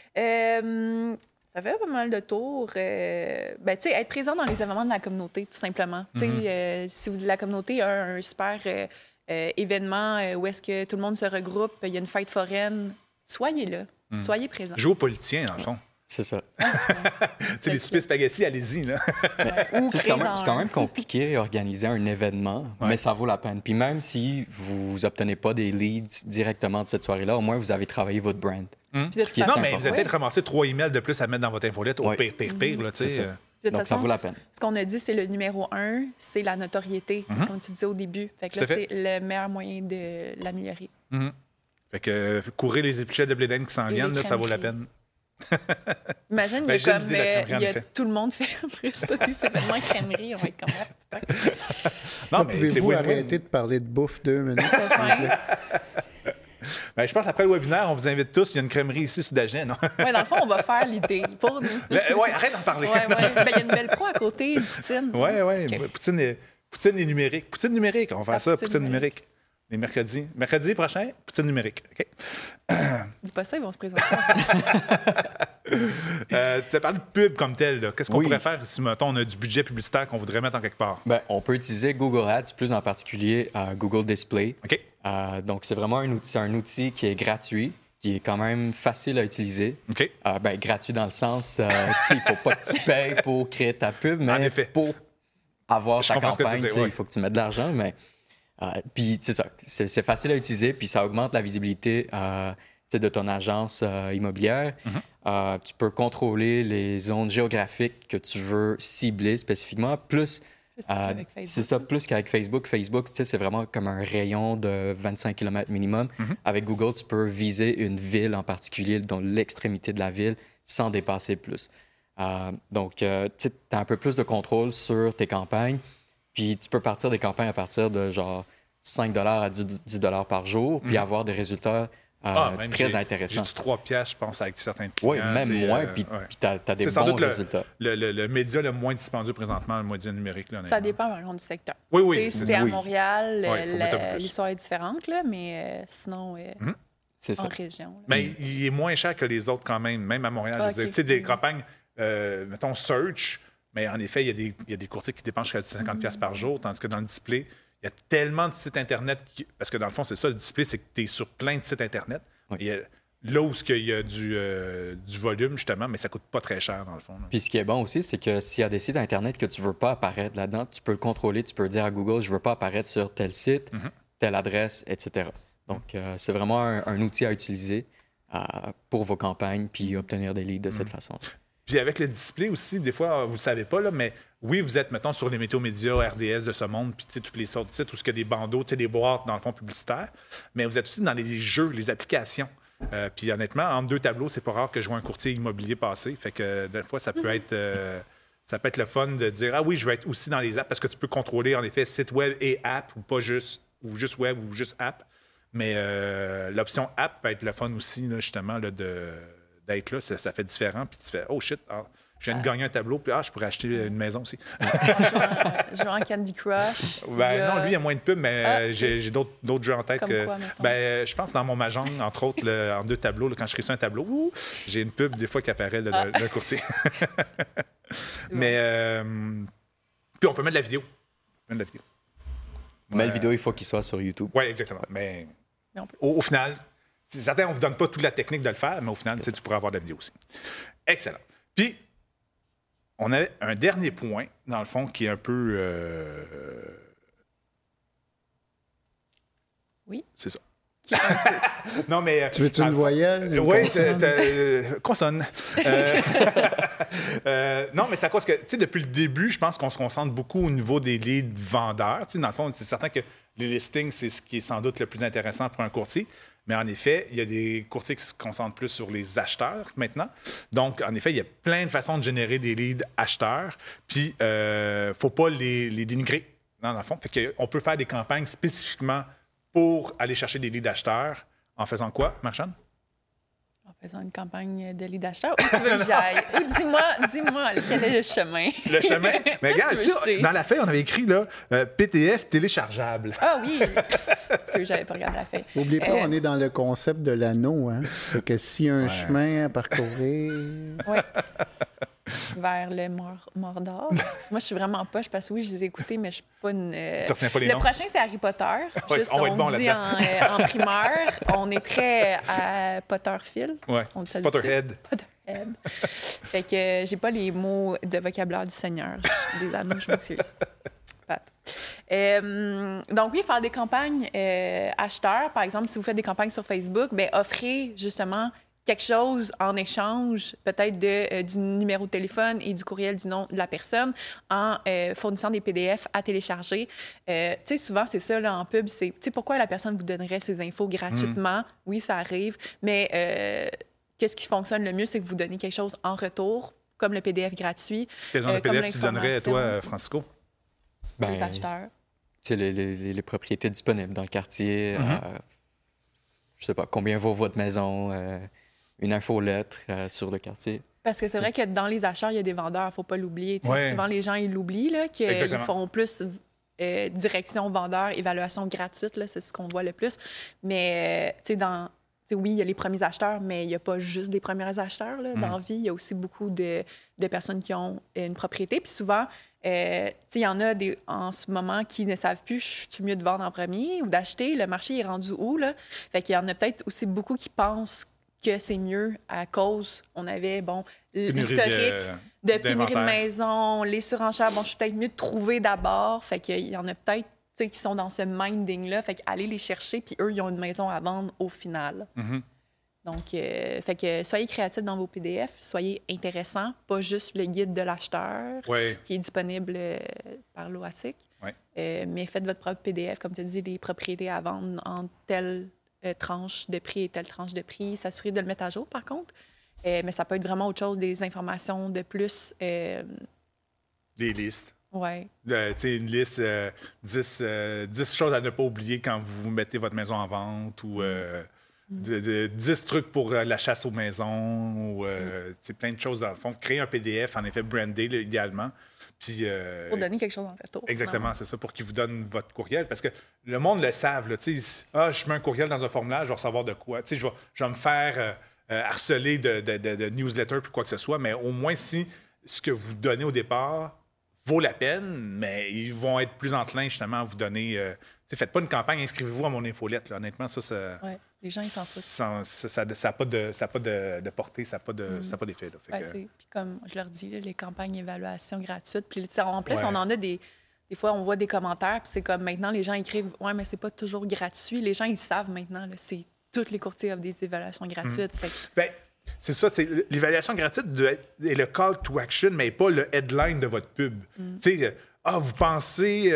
Ça fait pas mal de tours. Ben, tu sais, être présent dans les événements de la communauté, tout simplement. Tu sais, si la communauté a un super événement où est-ce que tout le monde se regroupe, il y a une fête foraine, soyez là, soyez présents. Jouez aux politiciens, dans le fond. C'est ça. Tu sais, les soupers spaghettis, allez-y, là. C'est quand même compliqué d'organiser un événement, mais ça vaut la peine. Puis même si vous n'obtenez pas des leads directement de cette soirée-là, au moins, vous avez travaillé votre brand. Non, mais vous avez peut-être ramassé 3 emails de plus à mettre dans votre infolette, au pire, là, tu sais. Donc, ça vaut la peine. Ce qu'on a dit, c'est le numéro 1, c'est la notoriété, comme tu disais au début. Fait que là, c'est le meilleur moyen de l'améliorer. Fait que courir les épluchettes de blé d'Inde qui s'en viennent, là, ça vaut la peine. Imagine, il y a tout le monde fait après ça, des événements crèmerie, on va être comme ça. Non, mais pouvez-vous arrêter de parler de bouffe 2 minutes? Ben, je pense qu'après le webinaire, on vous invite tous. Il y a une crèmerie ici, sur Dagen. Oui, dans le fond, on va faire l'idée pour nous. Oui, arrête d'en parler. Ben, il y a une belle pro à côté, une poutine. Oui. Okay. Poutine et numérique. Poutine numérique, on va faire ça, poutine numérique. Les mercredis. Mercredi prochain, poutine numérique. OK? Dis pas ça, ils vont se présenter. Tu as parlé de pub comme tel. Qu'est-ce qu'on pourrait faire si, mettons, on a du budget publicitaire qu'on voudrait mettre en quelque part? Bien, on peut utiliser Google Ads, plus en particulier Google Display. OK. Donc, c'est vraiment un outil qui est gratuit, qui est quand même facile à utiliser. OK. Gratuit dans le sens, il ne faut pas que tu payes pour créer ta pub, mais pour avoir ta campagne, il faut que tu mettes de l'argent, mais... puis, c'est ça, c'est facile à utiliser, puis ça augmente la visibilité de ton agence immobilière. Tu peux contrôler les zones géographiques que tu veux cibler spécifiquement, plus c'est ça, plus qu'avec Facebook. Facebook, c'est vraiment comme un rayon de 25 km minimum. Avec Google, tu peux viser une ville en particulier, dans l'extrémité de la ville, sans dépasser plus. Donc, tu as un peu plus de contrôle sur tes campagnes. Puis tu peux partir des campagnes à partir de genre 5 $ à 10 $ par jour, puis avoir des résultats très intéressants. J'ai du 3 piastres, je pense, avec certains clients. Oui, même moins, puis tu as des bons résultats. Le média le moins dispendieux présentement, le média numérique. Là, ça dépend, par contre, du secteur. Oui. Si c'est à Montréal, l'histoire est différente, là, mais sinon, en région. Là. Mais il est moins cher que les autres quand même, même à Montréal. Tu sais, des campagnes, mettons, search. Mais en effet, il y a des courtiers qui dépensent jusqu'à 50 $ par jour, tandis que dans le display, il y a tellement de sites Internet. Parce que dans le fond, c'est ça, le display, c'est que tu es sur plein de sites Internet. Là où il y a du volume, justement, mais ça coûte pas très cher, dans le fond. Là. Puis ce qui est bon aussi, c'est que s'il y a des sites Internet que tu veux pas apparaître là-dedans, tu peux le contrôler, tu peux dire à Google, je veux pas apparaître sur tel site, telle adresse, etc. Donc, c'est vraiment un outil à utiliser pour vos campagnes, puis obtenir des leads de cette façon. Puis avec le display aussi, des fois, vous ne le savez pas, là, mais oui, vous êtes, mettons, sur les météo-médias, RDS de ce monde, puis toutes les sortes de sites, tout ce qu'il y a des bandeaux, des boîtes, dans le fond, publicitaires. Mais vous êtes aussi dans les jeux, les applications. Puis honnêtement, entre 2 tableaux, c'est pas rare que je vois un courtier immobilier passer. Fait que des fois, ça peut être le fun de dire « Ah oui, je vais être aussi dans les apps », parce que tu peux contrôler, en effet, site web et app, ou pas juste, ou juste web, ou juste app. Mais l'option app peut être le fun aussi, là, justement, là, d'être là, ça fait différent. Puis tu fais « Oh shit, je viens de gagner un tableau, puis je pourrais acheter une maison aussi. » Jouer en Candy Crush. Non, lui, il y a moins de pubs, mais j'ai d'autres jeux en tête. Comme quoi, je pense dans mon Mahjong, entre autres, en 2 tableaux, là, quand je crée ça un tableau, j'ai une pub des fois qui apparaît d'un courtier. Mais puis on peut mettre de la vidéo. Mais la vidéo, il faut qu'il soit sur YouTube. Oui, exactement. Mais au final, certains, on ne vous donne pas toute la technique de le faire, mais au final, tu pourrais avoir de la vidéo aussi. Excellent. Puis, on a un dernier point, dans le fond, qui est un peu... Oui. C'est ça. Non, mais... Tu veux-tu une voyelle? Oui, consonne. Non, mais c'est à cause que, tu sais, depuis le début, je pense qu'on se concentre beaucoup au niveau des leads vendeurs. Tu sais, dans le fond, c'est certain que les listings, c'est ce qui est sans doute le plus intéressant pour un courtier. Mais en effet, il y a des courtiers qui se concentrent plus sur les acheteurs maintenant. Donc, en effet, il y a plein de façons de générer des leads acheteurs. Puis, il ne faut pas les dénigrer, dans le fond. Fait qu'on peut faire des campagnes spécifiquement pour aller chercher des leads d'acheteurs en faisant quoi, Marchande? En faisant une campagne de leads d'acheteurs. Où tu veux que j'aille? Dis-moi, quel est le chemin? Le chemin? Mais regarde, ici, dans la feuille, on avait écrit là, PDF téléchargeable. Ah oui! Parce que j'avais pas regardé la feuille. N'oubliez pas, on est dans le concept de l'anneau. Hein? Fait que s'il y a un chemin à parcourir... Oui. Vers le Mordor. Moi, je suis vraiment poche parce que oui, je les ai écoutés, mais je suis pas une... Tu retiens pas les noms? Le prochain, c'est Harry Potter. Juste, on va être bon dit en primeur. On est très à Potterfield. Oui, Potterhead. Potterhead. Fait que j'ai pas les mots de vocabulaire du Seigneur. Des anneaux, je m'excuse. Donc oui, faire des campagnes acheteurs. Par exemple, si vous faites des campagnes sur Facebook, bien, offrez justement quelque chose en échange, peut-être du numéro de téléphone et du courriel du nom de la personne en fournissant des PDF à télécharger. Tu sais, souvent, c'est ça, là, en pub, c'est, tu sais, pourquoi la personne vous donnerait ces infos gratuitement? Oui, ça arrive, mais qu'est-ce qui fonctionne le mieux, c'est que vous donnez quelque chose en retour, comme le PDF gratuit. Quel genre de PDF tu donnerais, toi, Francisco? Les acheteurs. Tu sais, les propriétés disponibles dans le quartier. Je sais pas, combien vaut votre maison? Une infolettre sur le quartier. Parce que c'est vrai que dans les acheteurs, il y a des vendeurs, il ne faut pas l'oublier. Souvent, les gens, ils l'oublient, qu'ils font plus direction vendeur, évaluation gratuite, là, c'est ce qu'on voit le plus. Mais, oui, il y a les premiers acheteurs, mais il n'y a pas juste des premiers acheteurs. Là. Dans la vie, il y a aussi beaucoup de personnes qui ont une propriété. Puis souvent, il y en a en ce moment qui ne savent plus, je suis mieux de vendre en premier ou d'acheter. Le marché est rendu où? Là? Fait qu'il y en a peut-être aussi beaucoup qui pensent que c'est mieux à cause, on avait, l'historique de pénurie de maison, les surenchères. Je suis peut-être mieux de trouver d'abord. Fait qu'il y en a peut-être qui sont dans ce minding-là. Fait qu'aller les chercher, puis eux, ils ont une maison à vendre au final. Donc, fait que soyez créatifs dans vos PDF, soyez intéressants, pas juste le guide de l'acheteur qui est disponible par l'OASIC, mais faites votre propre PDF, comme tu dis, les propriétés à vendre en telle tranche de prix et telle tranche de prix. S'assurer de le mettre à jour, par contre. Mais ça peut être vraiment autre chose, des informations de plus. Des listes. Oui. Une liste, 10 choses à ne pas oublier quand vous mettez votre maison en vente ou 10 trucs pour la chasse aux maisons ou plein de choses dans le fond. Créer un PDF, en effet, brandé, là, idéalement. Puis, pour donner quelque chose en retour. Exactement, c'est ça, pour qu'ils vous donnent votre courriel. Parce que le monde le savent. Là, je mets un courriel dans un formulaire, je vais recevoir de quoi. Je vais me faire harceler de newsletter puis quoi que ce soit, mais au moins, si ce que vous donnez au départ vaut la peine, mais ils vont être plus enclins justement à vous donner... faites pas une campagne, inscrivez-vous à mon infolette. Là. Honnêtement, ça... Oui, les gens, ils s'en foutent. Ça n'a pas de portée, ça n'a pas d'effet. Puis comme je leur dis, là, les campagnes d'évaluation gratuites. Puis en plus, on en a des fois, on voit des commentaires, puis c'est comme maintenant, les gens écrivent « Ouais, mais c'est pas toujours gratuit. » Les gens, ils savent maintenant, là, tous les courtiers offrent des évaluations gratuites. C'est ça, l'évaluation gratuite est le call to action, mais pas le headline de votre pub. Vous pensez...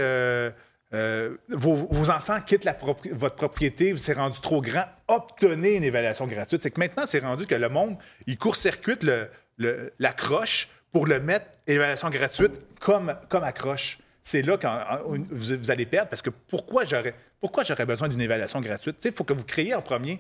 vos enfants quittent votre propriété, c'est rendu trop grand, obtenez une évaluation gratuite. C'est que maintenant, c'est rendu que le monde, il court-circuite la croche pour le mettre évaluation gratuite comme accroche. C'est là que vous allez perdre, parce que pourquoi j'aurais besoin d'une évaluation gratuite? Il faut que vous créiez en premier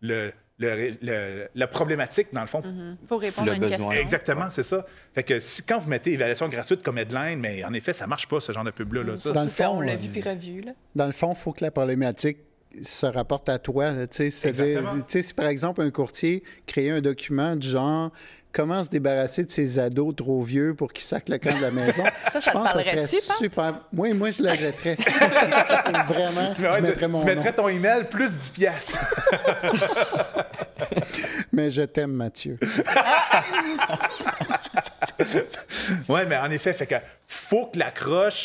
la problématique, dans le fond. Il faut répondre à une question. Exactement, c'est ça. Fait que quand vous mettez évaluation gratuite comme headline, mais en effet, ça marche pas, ce genre de pub-là. Dans le fond, on l'a vu puis revu. Là. Dans le fond, il faut que la problématique se rapporte à toi. C'est-à-dire, si par exemple, un courtier crée un document du genre comment se débarrasser de ses ados trop vieux pour qu'ils sacent le camp de la maison. Je pense que ça serait super. Moi, je l'achèterais. Vraiment, je mettrais mon nom. Tu mettrais ton email plus 10$. Mais je t'aime, Mathieu. Oui, mais en effet, faut que l'accroche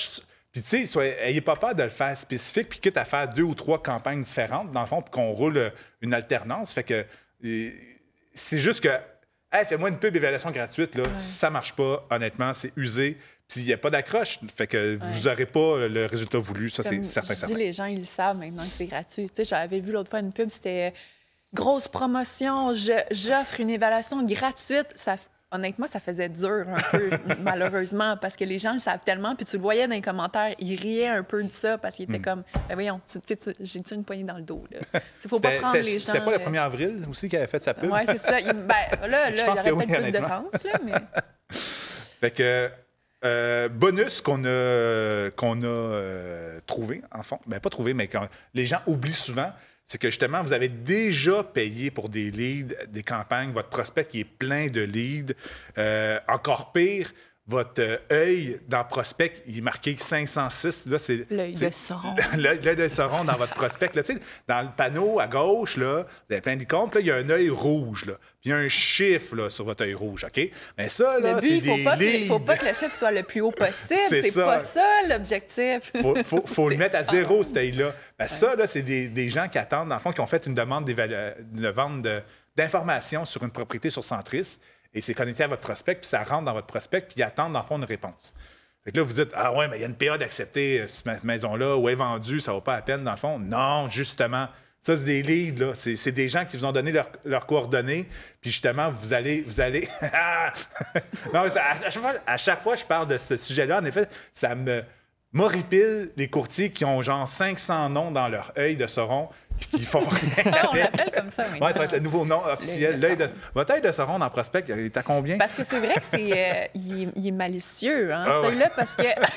Puis, tu sais, ayez pas peur de le faire spécifique, puis quitte à faire 2 ou 3 campagnes différentes, dans le fond, puis qu'on roule une alternance. Fait que c'est juste que, hey, fais-moi une pub évaluation gratuite, là. Si ça marche pas, honnêtement, c'est usé. Puis il n'y a pas d'accroche. Fait que vous n'aurez pas le résultat voulu. Ça, c'est certain. Je dis, les gens, ils le savent maintenant que c'est gratuit. Tu sais, j'avais vu l'autre fois une pub, c'était grosse promotion, j'offre une évaluation gratuite. Honnêtement, ça faisait dur un peu, malheureusement, parce que les gens le savent tellement. Puis tu le voyais dans les commentaires, ils riaient un peu de ça parce qu'ils étaient comme, ben voyons, j'ai-tu une poignée dans le dos, là? Il faut pas prendre les gens... C'était pas le 1er avril aussi qui avait fait sa pub? Oui, c'est ça. Là, il y aurait peut-être plus de sens, là, mais... Fait que... bonus qu'on a trouvé, en fond. Ben, pas trouvé, mais les gens oublient souvent, c'est que justement, vous avez déjà payé pour des leads, des campagnes, votre prospect qui est plein de leads. Encore pire, votre œil dans prospect, il est marqué 506. Là, c'est l'œil de Sauron. L'œil de Sauron dans votre prospect. Là, dans le panneau à gauche, là, vous avez plein d'icônes, là, il y a un œil rouge. Là, puis il y a un chiffre là, sur votre œil rouge. OK? Mais ça, là, c'est des leads. Il ne faut pas que le chiffre soit le plus haut possible. C'est pas ça l'objectif. Faut le mettre à 0, cet œil-là. Ben, ça, là, c'est des gens qui attendent, dans le fond, qui ont fait une demande de vente d'informations sur une propriété sur Centris. Et c'est connecté à votre prospect, puis ça rentre dans votre prospect, puis ils attendent, dans le fond, une réponse. Fait que là, vous dites, ah ouais, mais il y a une PA d'accepter cette maison-là, ou est vendue, ça vaut pas la peine, dans le fond. Non, justement. Ça, c'est des leads, là. C'est des gens qui vous ont donné leurs coordonnées, puis justement, vous allez... non, mais à chaque fois que je parle de ce sujet-là, en effet, ça m'horripile les courtiers qui ont genre 500 noms dans leur œil de Sauron, puis qui font rien. On l'appelle comme ça maintenant. Oui, ça va être le nouveau nom officiel. Votre œil de Sauron dans Prospect, il est à combien? Parce que c'est vrai que il est malicieux, hein, celui-là, parce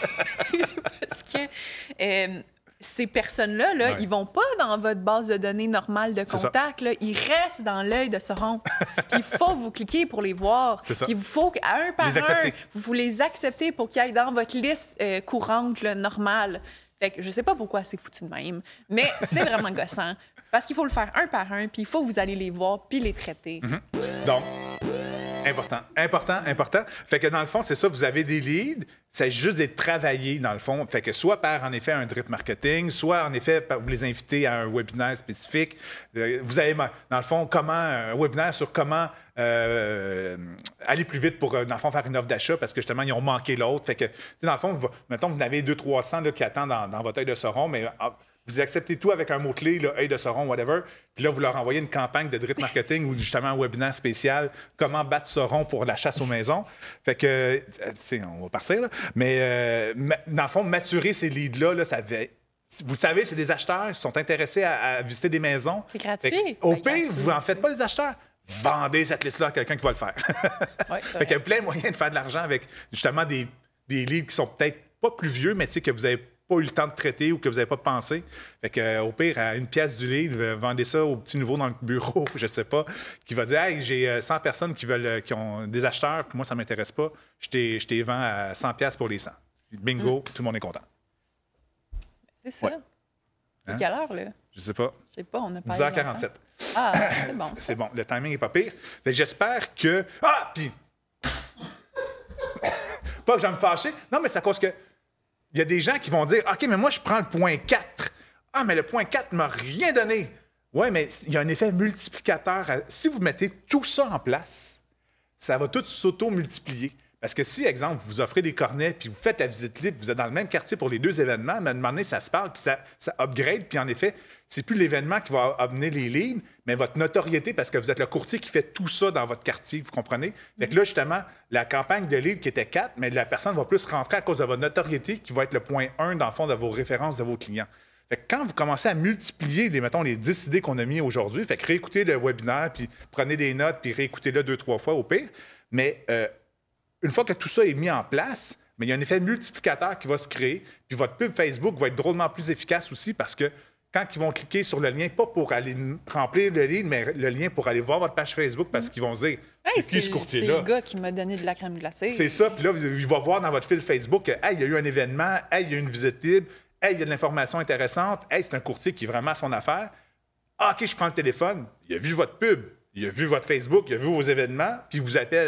que ces personnes-là, là, ils vont pas dans votre base de données normale de contact. Là, ils restent dans l'œil de Sauron. Puis il faut vous cliquer pour les voir. C'est ça. Puis il faut qu'à un par vous les acceptez pour qu'ils aillent dans votre liste courante, là, normale. Fait que je sais pas pourquoi c'est foutu de même, mais c'est vraiment gossant. Parce qu'il faut le faire un par un, puis il faut que vous allez les voir puis les traiter. Donc, important. Fait que dans le fond, c'est ça, vous avez des leads, c'est juste d'être travaillé dans le fond. Fait que soit par, en effet, un drip marketing, soit, en effet, vous les invitez à un webinaire spécifique. Vous avez, dans le fond, un webinaire sur comment aller plus vite pour, dans le fond, faire une offre d'achat parce que, justement, ils ont manqué l'autre. Fait que, dans le fond, mettons, vous en avez 200-300 qui attendent dans votre œil de Sauron, mais... vous acceptez tout avec un mot-clé, œil de Sauron, whatever. Puis là, vous leur envoyez une campagne de drip marketing ou justement un webinaire spécial, comment battre Sauron pour la chasse aux maisons. Fait que, on va partir, là. Mais dans le fond, maturer ces leads-là, là, ça fait... Vous le savez, c'est des acheteurs qui sont intéressés à visiter des maisons. C'est gratuit. Au pire, vous n'en faites pas les acheteurs. Vendez cette liste-là à quelqu'un qui va le faire. Fait qu'il y a plein de moyens de faire de l'argent avec justement des leads qui sont peut-être pas plus vieux, mais tu sais, que vous avez pas eu le temps de traiter ou que vous n'avez pas pensé. Fait que, au pire, à une pièce du lead, vendez ça au petit nouveau dans le bureau, je sais pas, qui va dire « Hey, j'ai 100 personnes qui ont des acheteurs, puis moi, ça m'intéresse pas. Je t'ai vends à 100$ pour les 100. » Bingo, tout le monde est content. C'est ça. Ouais. C'est quelle heure, là? Je sais pas. Je sais pas, on a pas 10h47. Ah, c'est bon. C'est bon, le timing est pas pire. Fait que j'espère que... Ah, puis... pas que je vais me fâcher. Non, mais c'est à cause que il y a des gens qui vont dire « OK, mais moi, je prends le point 4. Ah, mais le point 4 ne m'a rien donné. » Oui, mais il y a un effet multiplicateur. Si vous mettez tout ça en place, ça va tout s'auto-multiplier. Parce que si, exemple, vous offrez des cornets, puis vous faites la visite libre, vous êtes dans le même quartier pour les 2 événements, mais à un moment donné, ça se parle, puis ça upgrade, puis en effet, c'est plus l'événement qui va amener les leads, mais votre notoriété, parce que vous êtes le courtier qui fait tout ça dans votre quartier, vous comprenez? Fait que là, justement, la campagne de leads qui était 4, mais la personne va plus rentrer à cause de votre notoriété, qui va être le point 1, dans le fond, de vos références de vos clients. Fait que quand vous commencez à multiplier, les 10 idées qu'on a mis aujourd'hui, fait que réécoutez le webinaire, puis prenez des notes, puis réécoutez-le 2-3 fois au pire, mais... une fois que tout ça est mis en place, mais il y a un effet multiplicateur qui va se créer. Puis votre pub Facebook va être drôlement plus efficace aussi parce que quand ils vont cliquer sur le lien, pas pour aller remplir le lead, mais le lien pour aller voir votre page Facebook parce qu'ils vont se dire c'est qui ce courtier-là? C'est le gars qui m'a donné de la crème glacée. C'est ça. Puis là, il va voir dans votre fil Facebook que hey, il y a eu un événement, hey, il y a eu une visite libre, hey, il y a de l'information intéressante, hey, c'est un courtier qui est vraiment à son affaire. Ah, OK, je prends le téléphone. Il a vu votre pub, il a vu votre Facebook, il a vu vos événements, puis il vous appelle.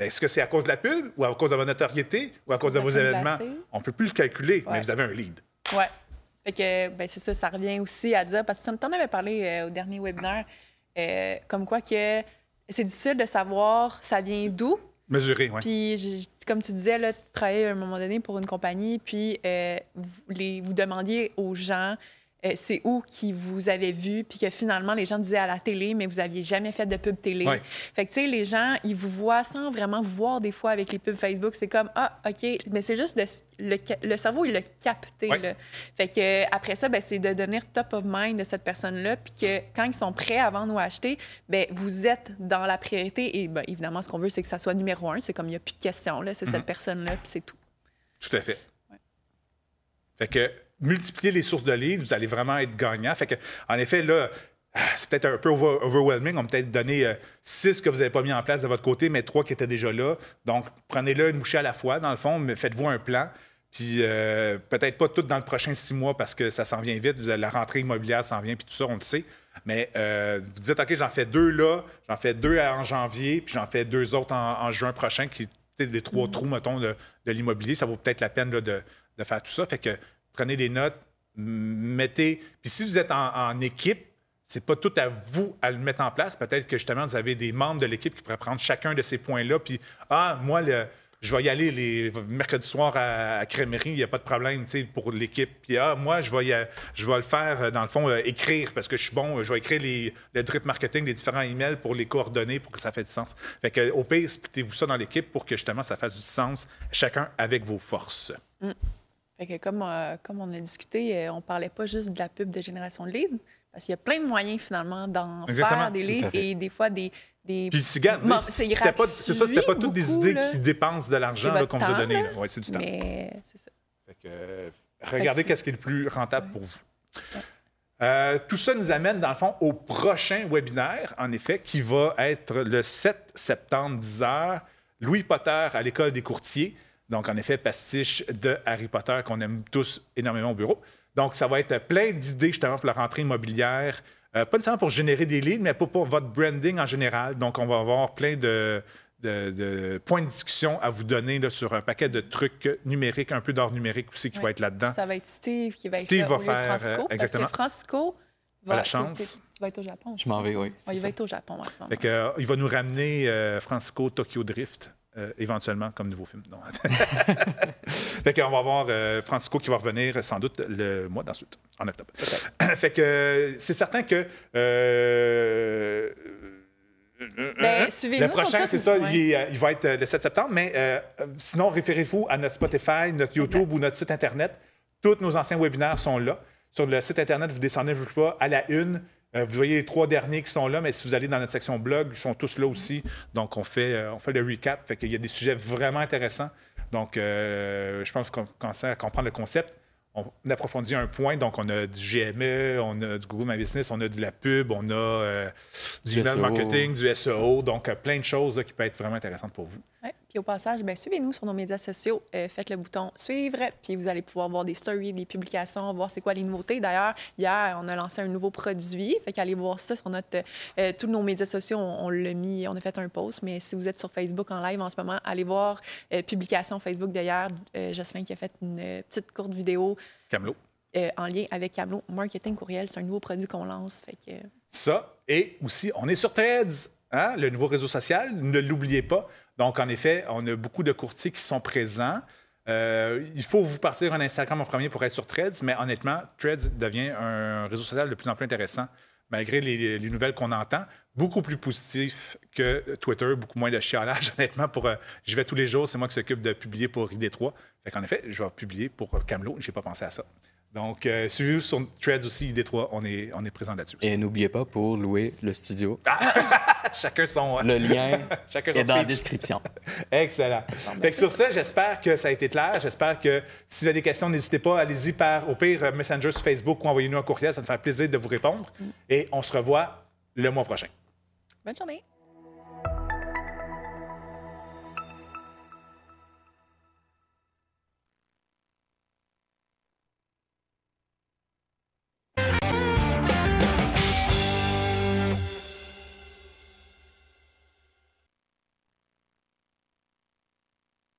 Est-ce que c'est à cause de la pub ou à cause de votre notoriété ou à cause de vos événements? On ne peut plus le calculer, mais vous avez un lead. Oui. Fait que, c'est ça revient aussi à dire, parce que tu en avais parlé au dernier webinaire, comme quoi que c'est difficile de savoir ça vient d'où. Mesurer, oui. Puis, comme tu disais, là, tu travaillais à un moment donné pour une compagnie, puis vous demandiez aux gens c'est où qui vous avez vu, puis que finalement, les gens disaient à la télé, mais vous n'aviez jamais fait de pub télé. Ouais. Fait que, tu sais, les gens, ils vous voient sans vraiment vous voir des fois avec les pubs Facebook. C'est comme, ah, OK, mais c'est juste le cerveau, il l'a capté. Ouais. Là. Fait que après ça, c'est de devenir top of mind de cette personne-là, puis que quand ils sont prêts à vendre ou à acheter, vous êtes dans la priorité. Et évidemment, ce qu'on veut, c'est que ça soit numéro 1. C'est comme, il n'y a plus de questions, là. C'est cette personne-là, puis c'est tout. Tout à fait. Ouais. Fait que multiplier les sources de leads, vous allez vraiment être gagnant. Fait que, en effet, là, c'est peut-être un peu overwhelming. On va peut-être donner 6 que vous n'avez pas mis en place de votre côté, mais 3 qui étaient déjà là. Donc, prenez-le une bouchée à la fois, dans le fond, mais faites-vous un plan. Puis, peut-être pas tout dans le prochain 6 mois parce que ça s'en vient vite. La rentrée immobilière s'en vient, puis tout ça, on le sait. Mais vous dites, OK, j'en fais 2 là, j'en fais 2 en janvier, puis j'en fais 2 autres en juin prochain, qui sont les 3 trous, mettons, de l'immobilier. Ça vaut peut-être la peine là, de faire tout ça. Fait que prenez des notes, mettez... Puis si vous êtes en équipe, c'est pas tout à vous à le mettre en place. Peut-être que, justement, vous avez des membres de l'équipe qui pourraient prendre chacun de ces points-là. Puis, moi, je vais y aller les mercredis soirs à Crémerie, il n'y a pas de problème pour l'équipe. Puis, moi, je vais le faire, dans le fond, écrire, parce que je suis bon. Je vais écrire le drip marketing, les différents emails pour les coordonner, pour que ça fasse du sens. Fait que, au pire, splittez-vous ça dans l'équipe pour que, justement, ça fasse du sens, chacun avec vos forces. Fait que comme on a discuté, on parlait pas juste de la pub de génération de leads, parce qu'il y a plein de moyens, finalement, d'en faire des leads et des fois des Puis, c'était pas toutes des idées qui dépensent de l'argent qu'on vous a donné. Oui, c'est du temps. Mais c'est ça. Fait que, regardez qu'est-ce qui est le plus rentable pour vous. Tout ça nous amène, dans le fond, au prochain webinaire, en effet, qui va être le 7 septembre, 10h, Louis Potter à l'École des courtiers. Donc, en effet, pastiche de Harry Potter qu'on aime tous énormément au bureau. Donc, ça va être plein d'idées, justement, pour la rentrée immobilière. Pas nécessairement pour générer des leads, mais pour votre branding en général. Donc, on va avoir plein de points de discussion à vous donner là, sur un paquet de trucs numériques, un peu d'art numérique aussi qui va être là-dedans. Ça va être Steve qui va être Steve là, va au lieu faire, de Francisco. exactement. Parce que Francisco va la chance. Tu vas être au Japon. Je m'en vais, oui. Il va être au Japon en ce moment. Fait que, il va nous ramener Francisco Tokyo Drift. Éventuellement comme nouveau film. Fait qu'on va avoir Francisco qui va revenir sans doute le mois d'ensuite, en octobre. Fait que c'est certain que suivez-nous le prochain, c'est ça, il va être le 7 septembre, mais sinon, référez-vous à notre Spotify, notre YouTube ou notre site Internet. Tous nos anciens webinaires sont là. Sur le site Internet, vous descendez pas à la une. Vous voyez les 3 derniers qui sont là, mais si vous allez dans notre section blog, ils sont tous là aussi. Donc, on fait le recap. Fait qu'il y a des sujets vraiment intéressants. Donc, je pense qu'on commence à comprendre le concept. On approfondit un point. Donc, on a du GME, on a du Google My Business, on a de la pub, on a du email marketing, du SEO. Donc, plein de choses là, qui peuvent être vraiment intéressantes pour vous. Ouais. Puis au passage, suivez-nous sur nos médias sociaux. Faites le bouton « Suivre », puis vous allez pouvoir voir des stories, des publications, voir c'est quoi les nouveautés. D'ailleurs, hier, on a lancé un nouveau produit. Fait qu'allez voir ça sur notre... tous nos médias sociaux, on l'a mis, on a fait un post. Mais si vous êtes sur Facebook en live en ce moment, allez voir publication Facebook d'hier. Jocelyn qui a fait une petite courte vidéo. Camelot. En lien avec Camelot Marketing Courriel. C'est un nouveau produit qu'on lance. Fait que... Ça, et aussi, on est sur Threads, hein, le nouveau réseau social. Ne l'oubliez pas. Donc, en effet, on a beaucoup de courtiers qui sont présents. Il faut vous partir un Instagram en premier pour être sur Threads, mais honnêtement, Threads devient un réseau social de plus en plus intéressant, malgré les nouvelles qu'on entend. Beaucoup plus positif que Twitter, beaucoup moins de chialage, honnêtement. J'y vais tous les jours, c'est moi qui s'occupe de publier pour ID3. Fait qu'en effet, je vais publier pour Camelot, je n'ai pas pensé à ça. Donc, suivez-vous sur Threads aussi, ID3, on est présent là-dessus aussi. Et n'oubliez pas, pour louer le studio, chacun son... le lien chacun est son dans la speech. description. Excellent. Fait que sur ça, j'espère que ça a été clair. J'espère que si vous avez des questions, n'hésitez pas, allez-y au pire, Messenger sur Facebook ou envoyez-nous un courriel, ça me fait plaisir de vous répondre. Et on se revoit le mois prochain. Bonne journée.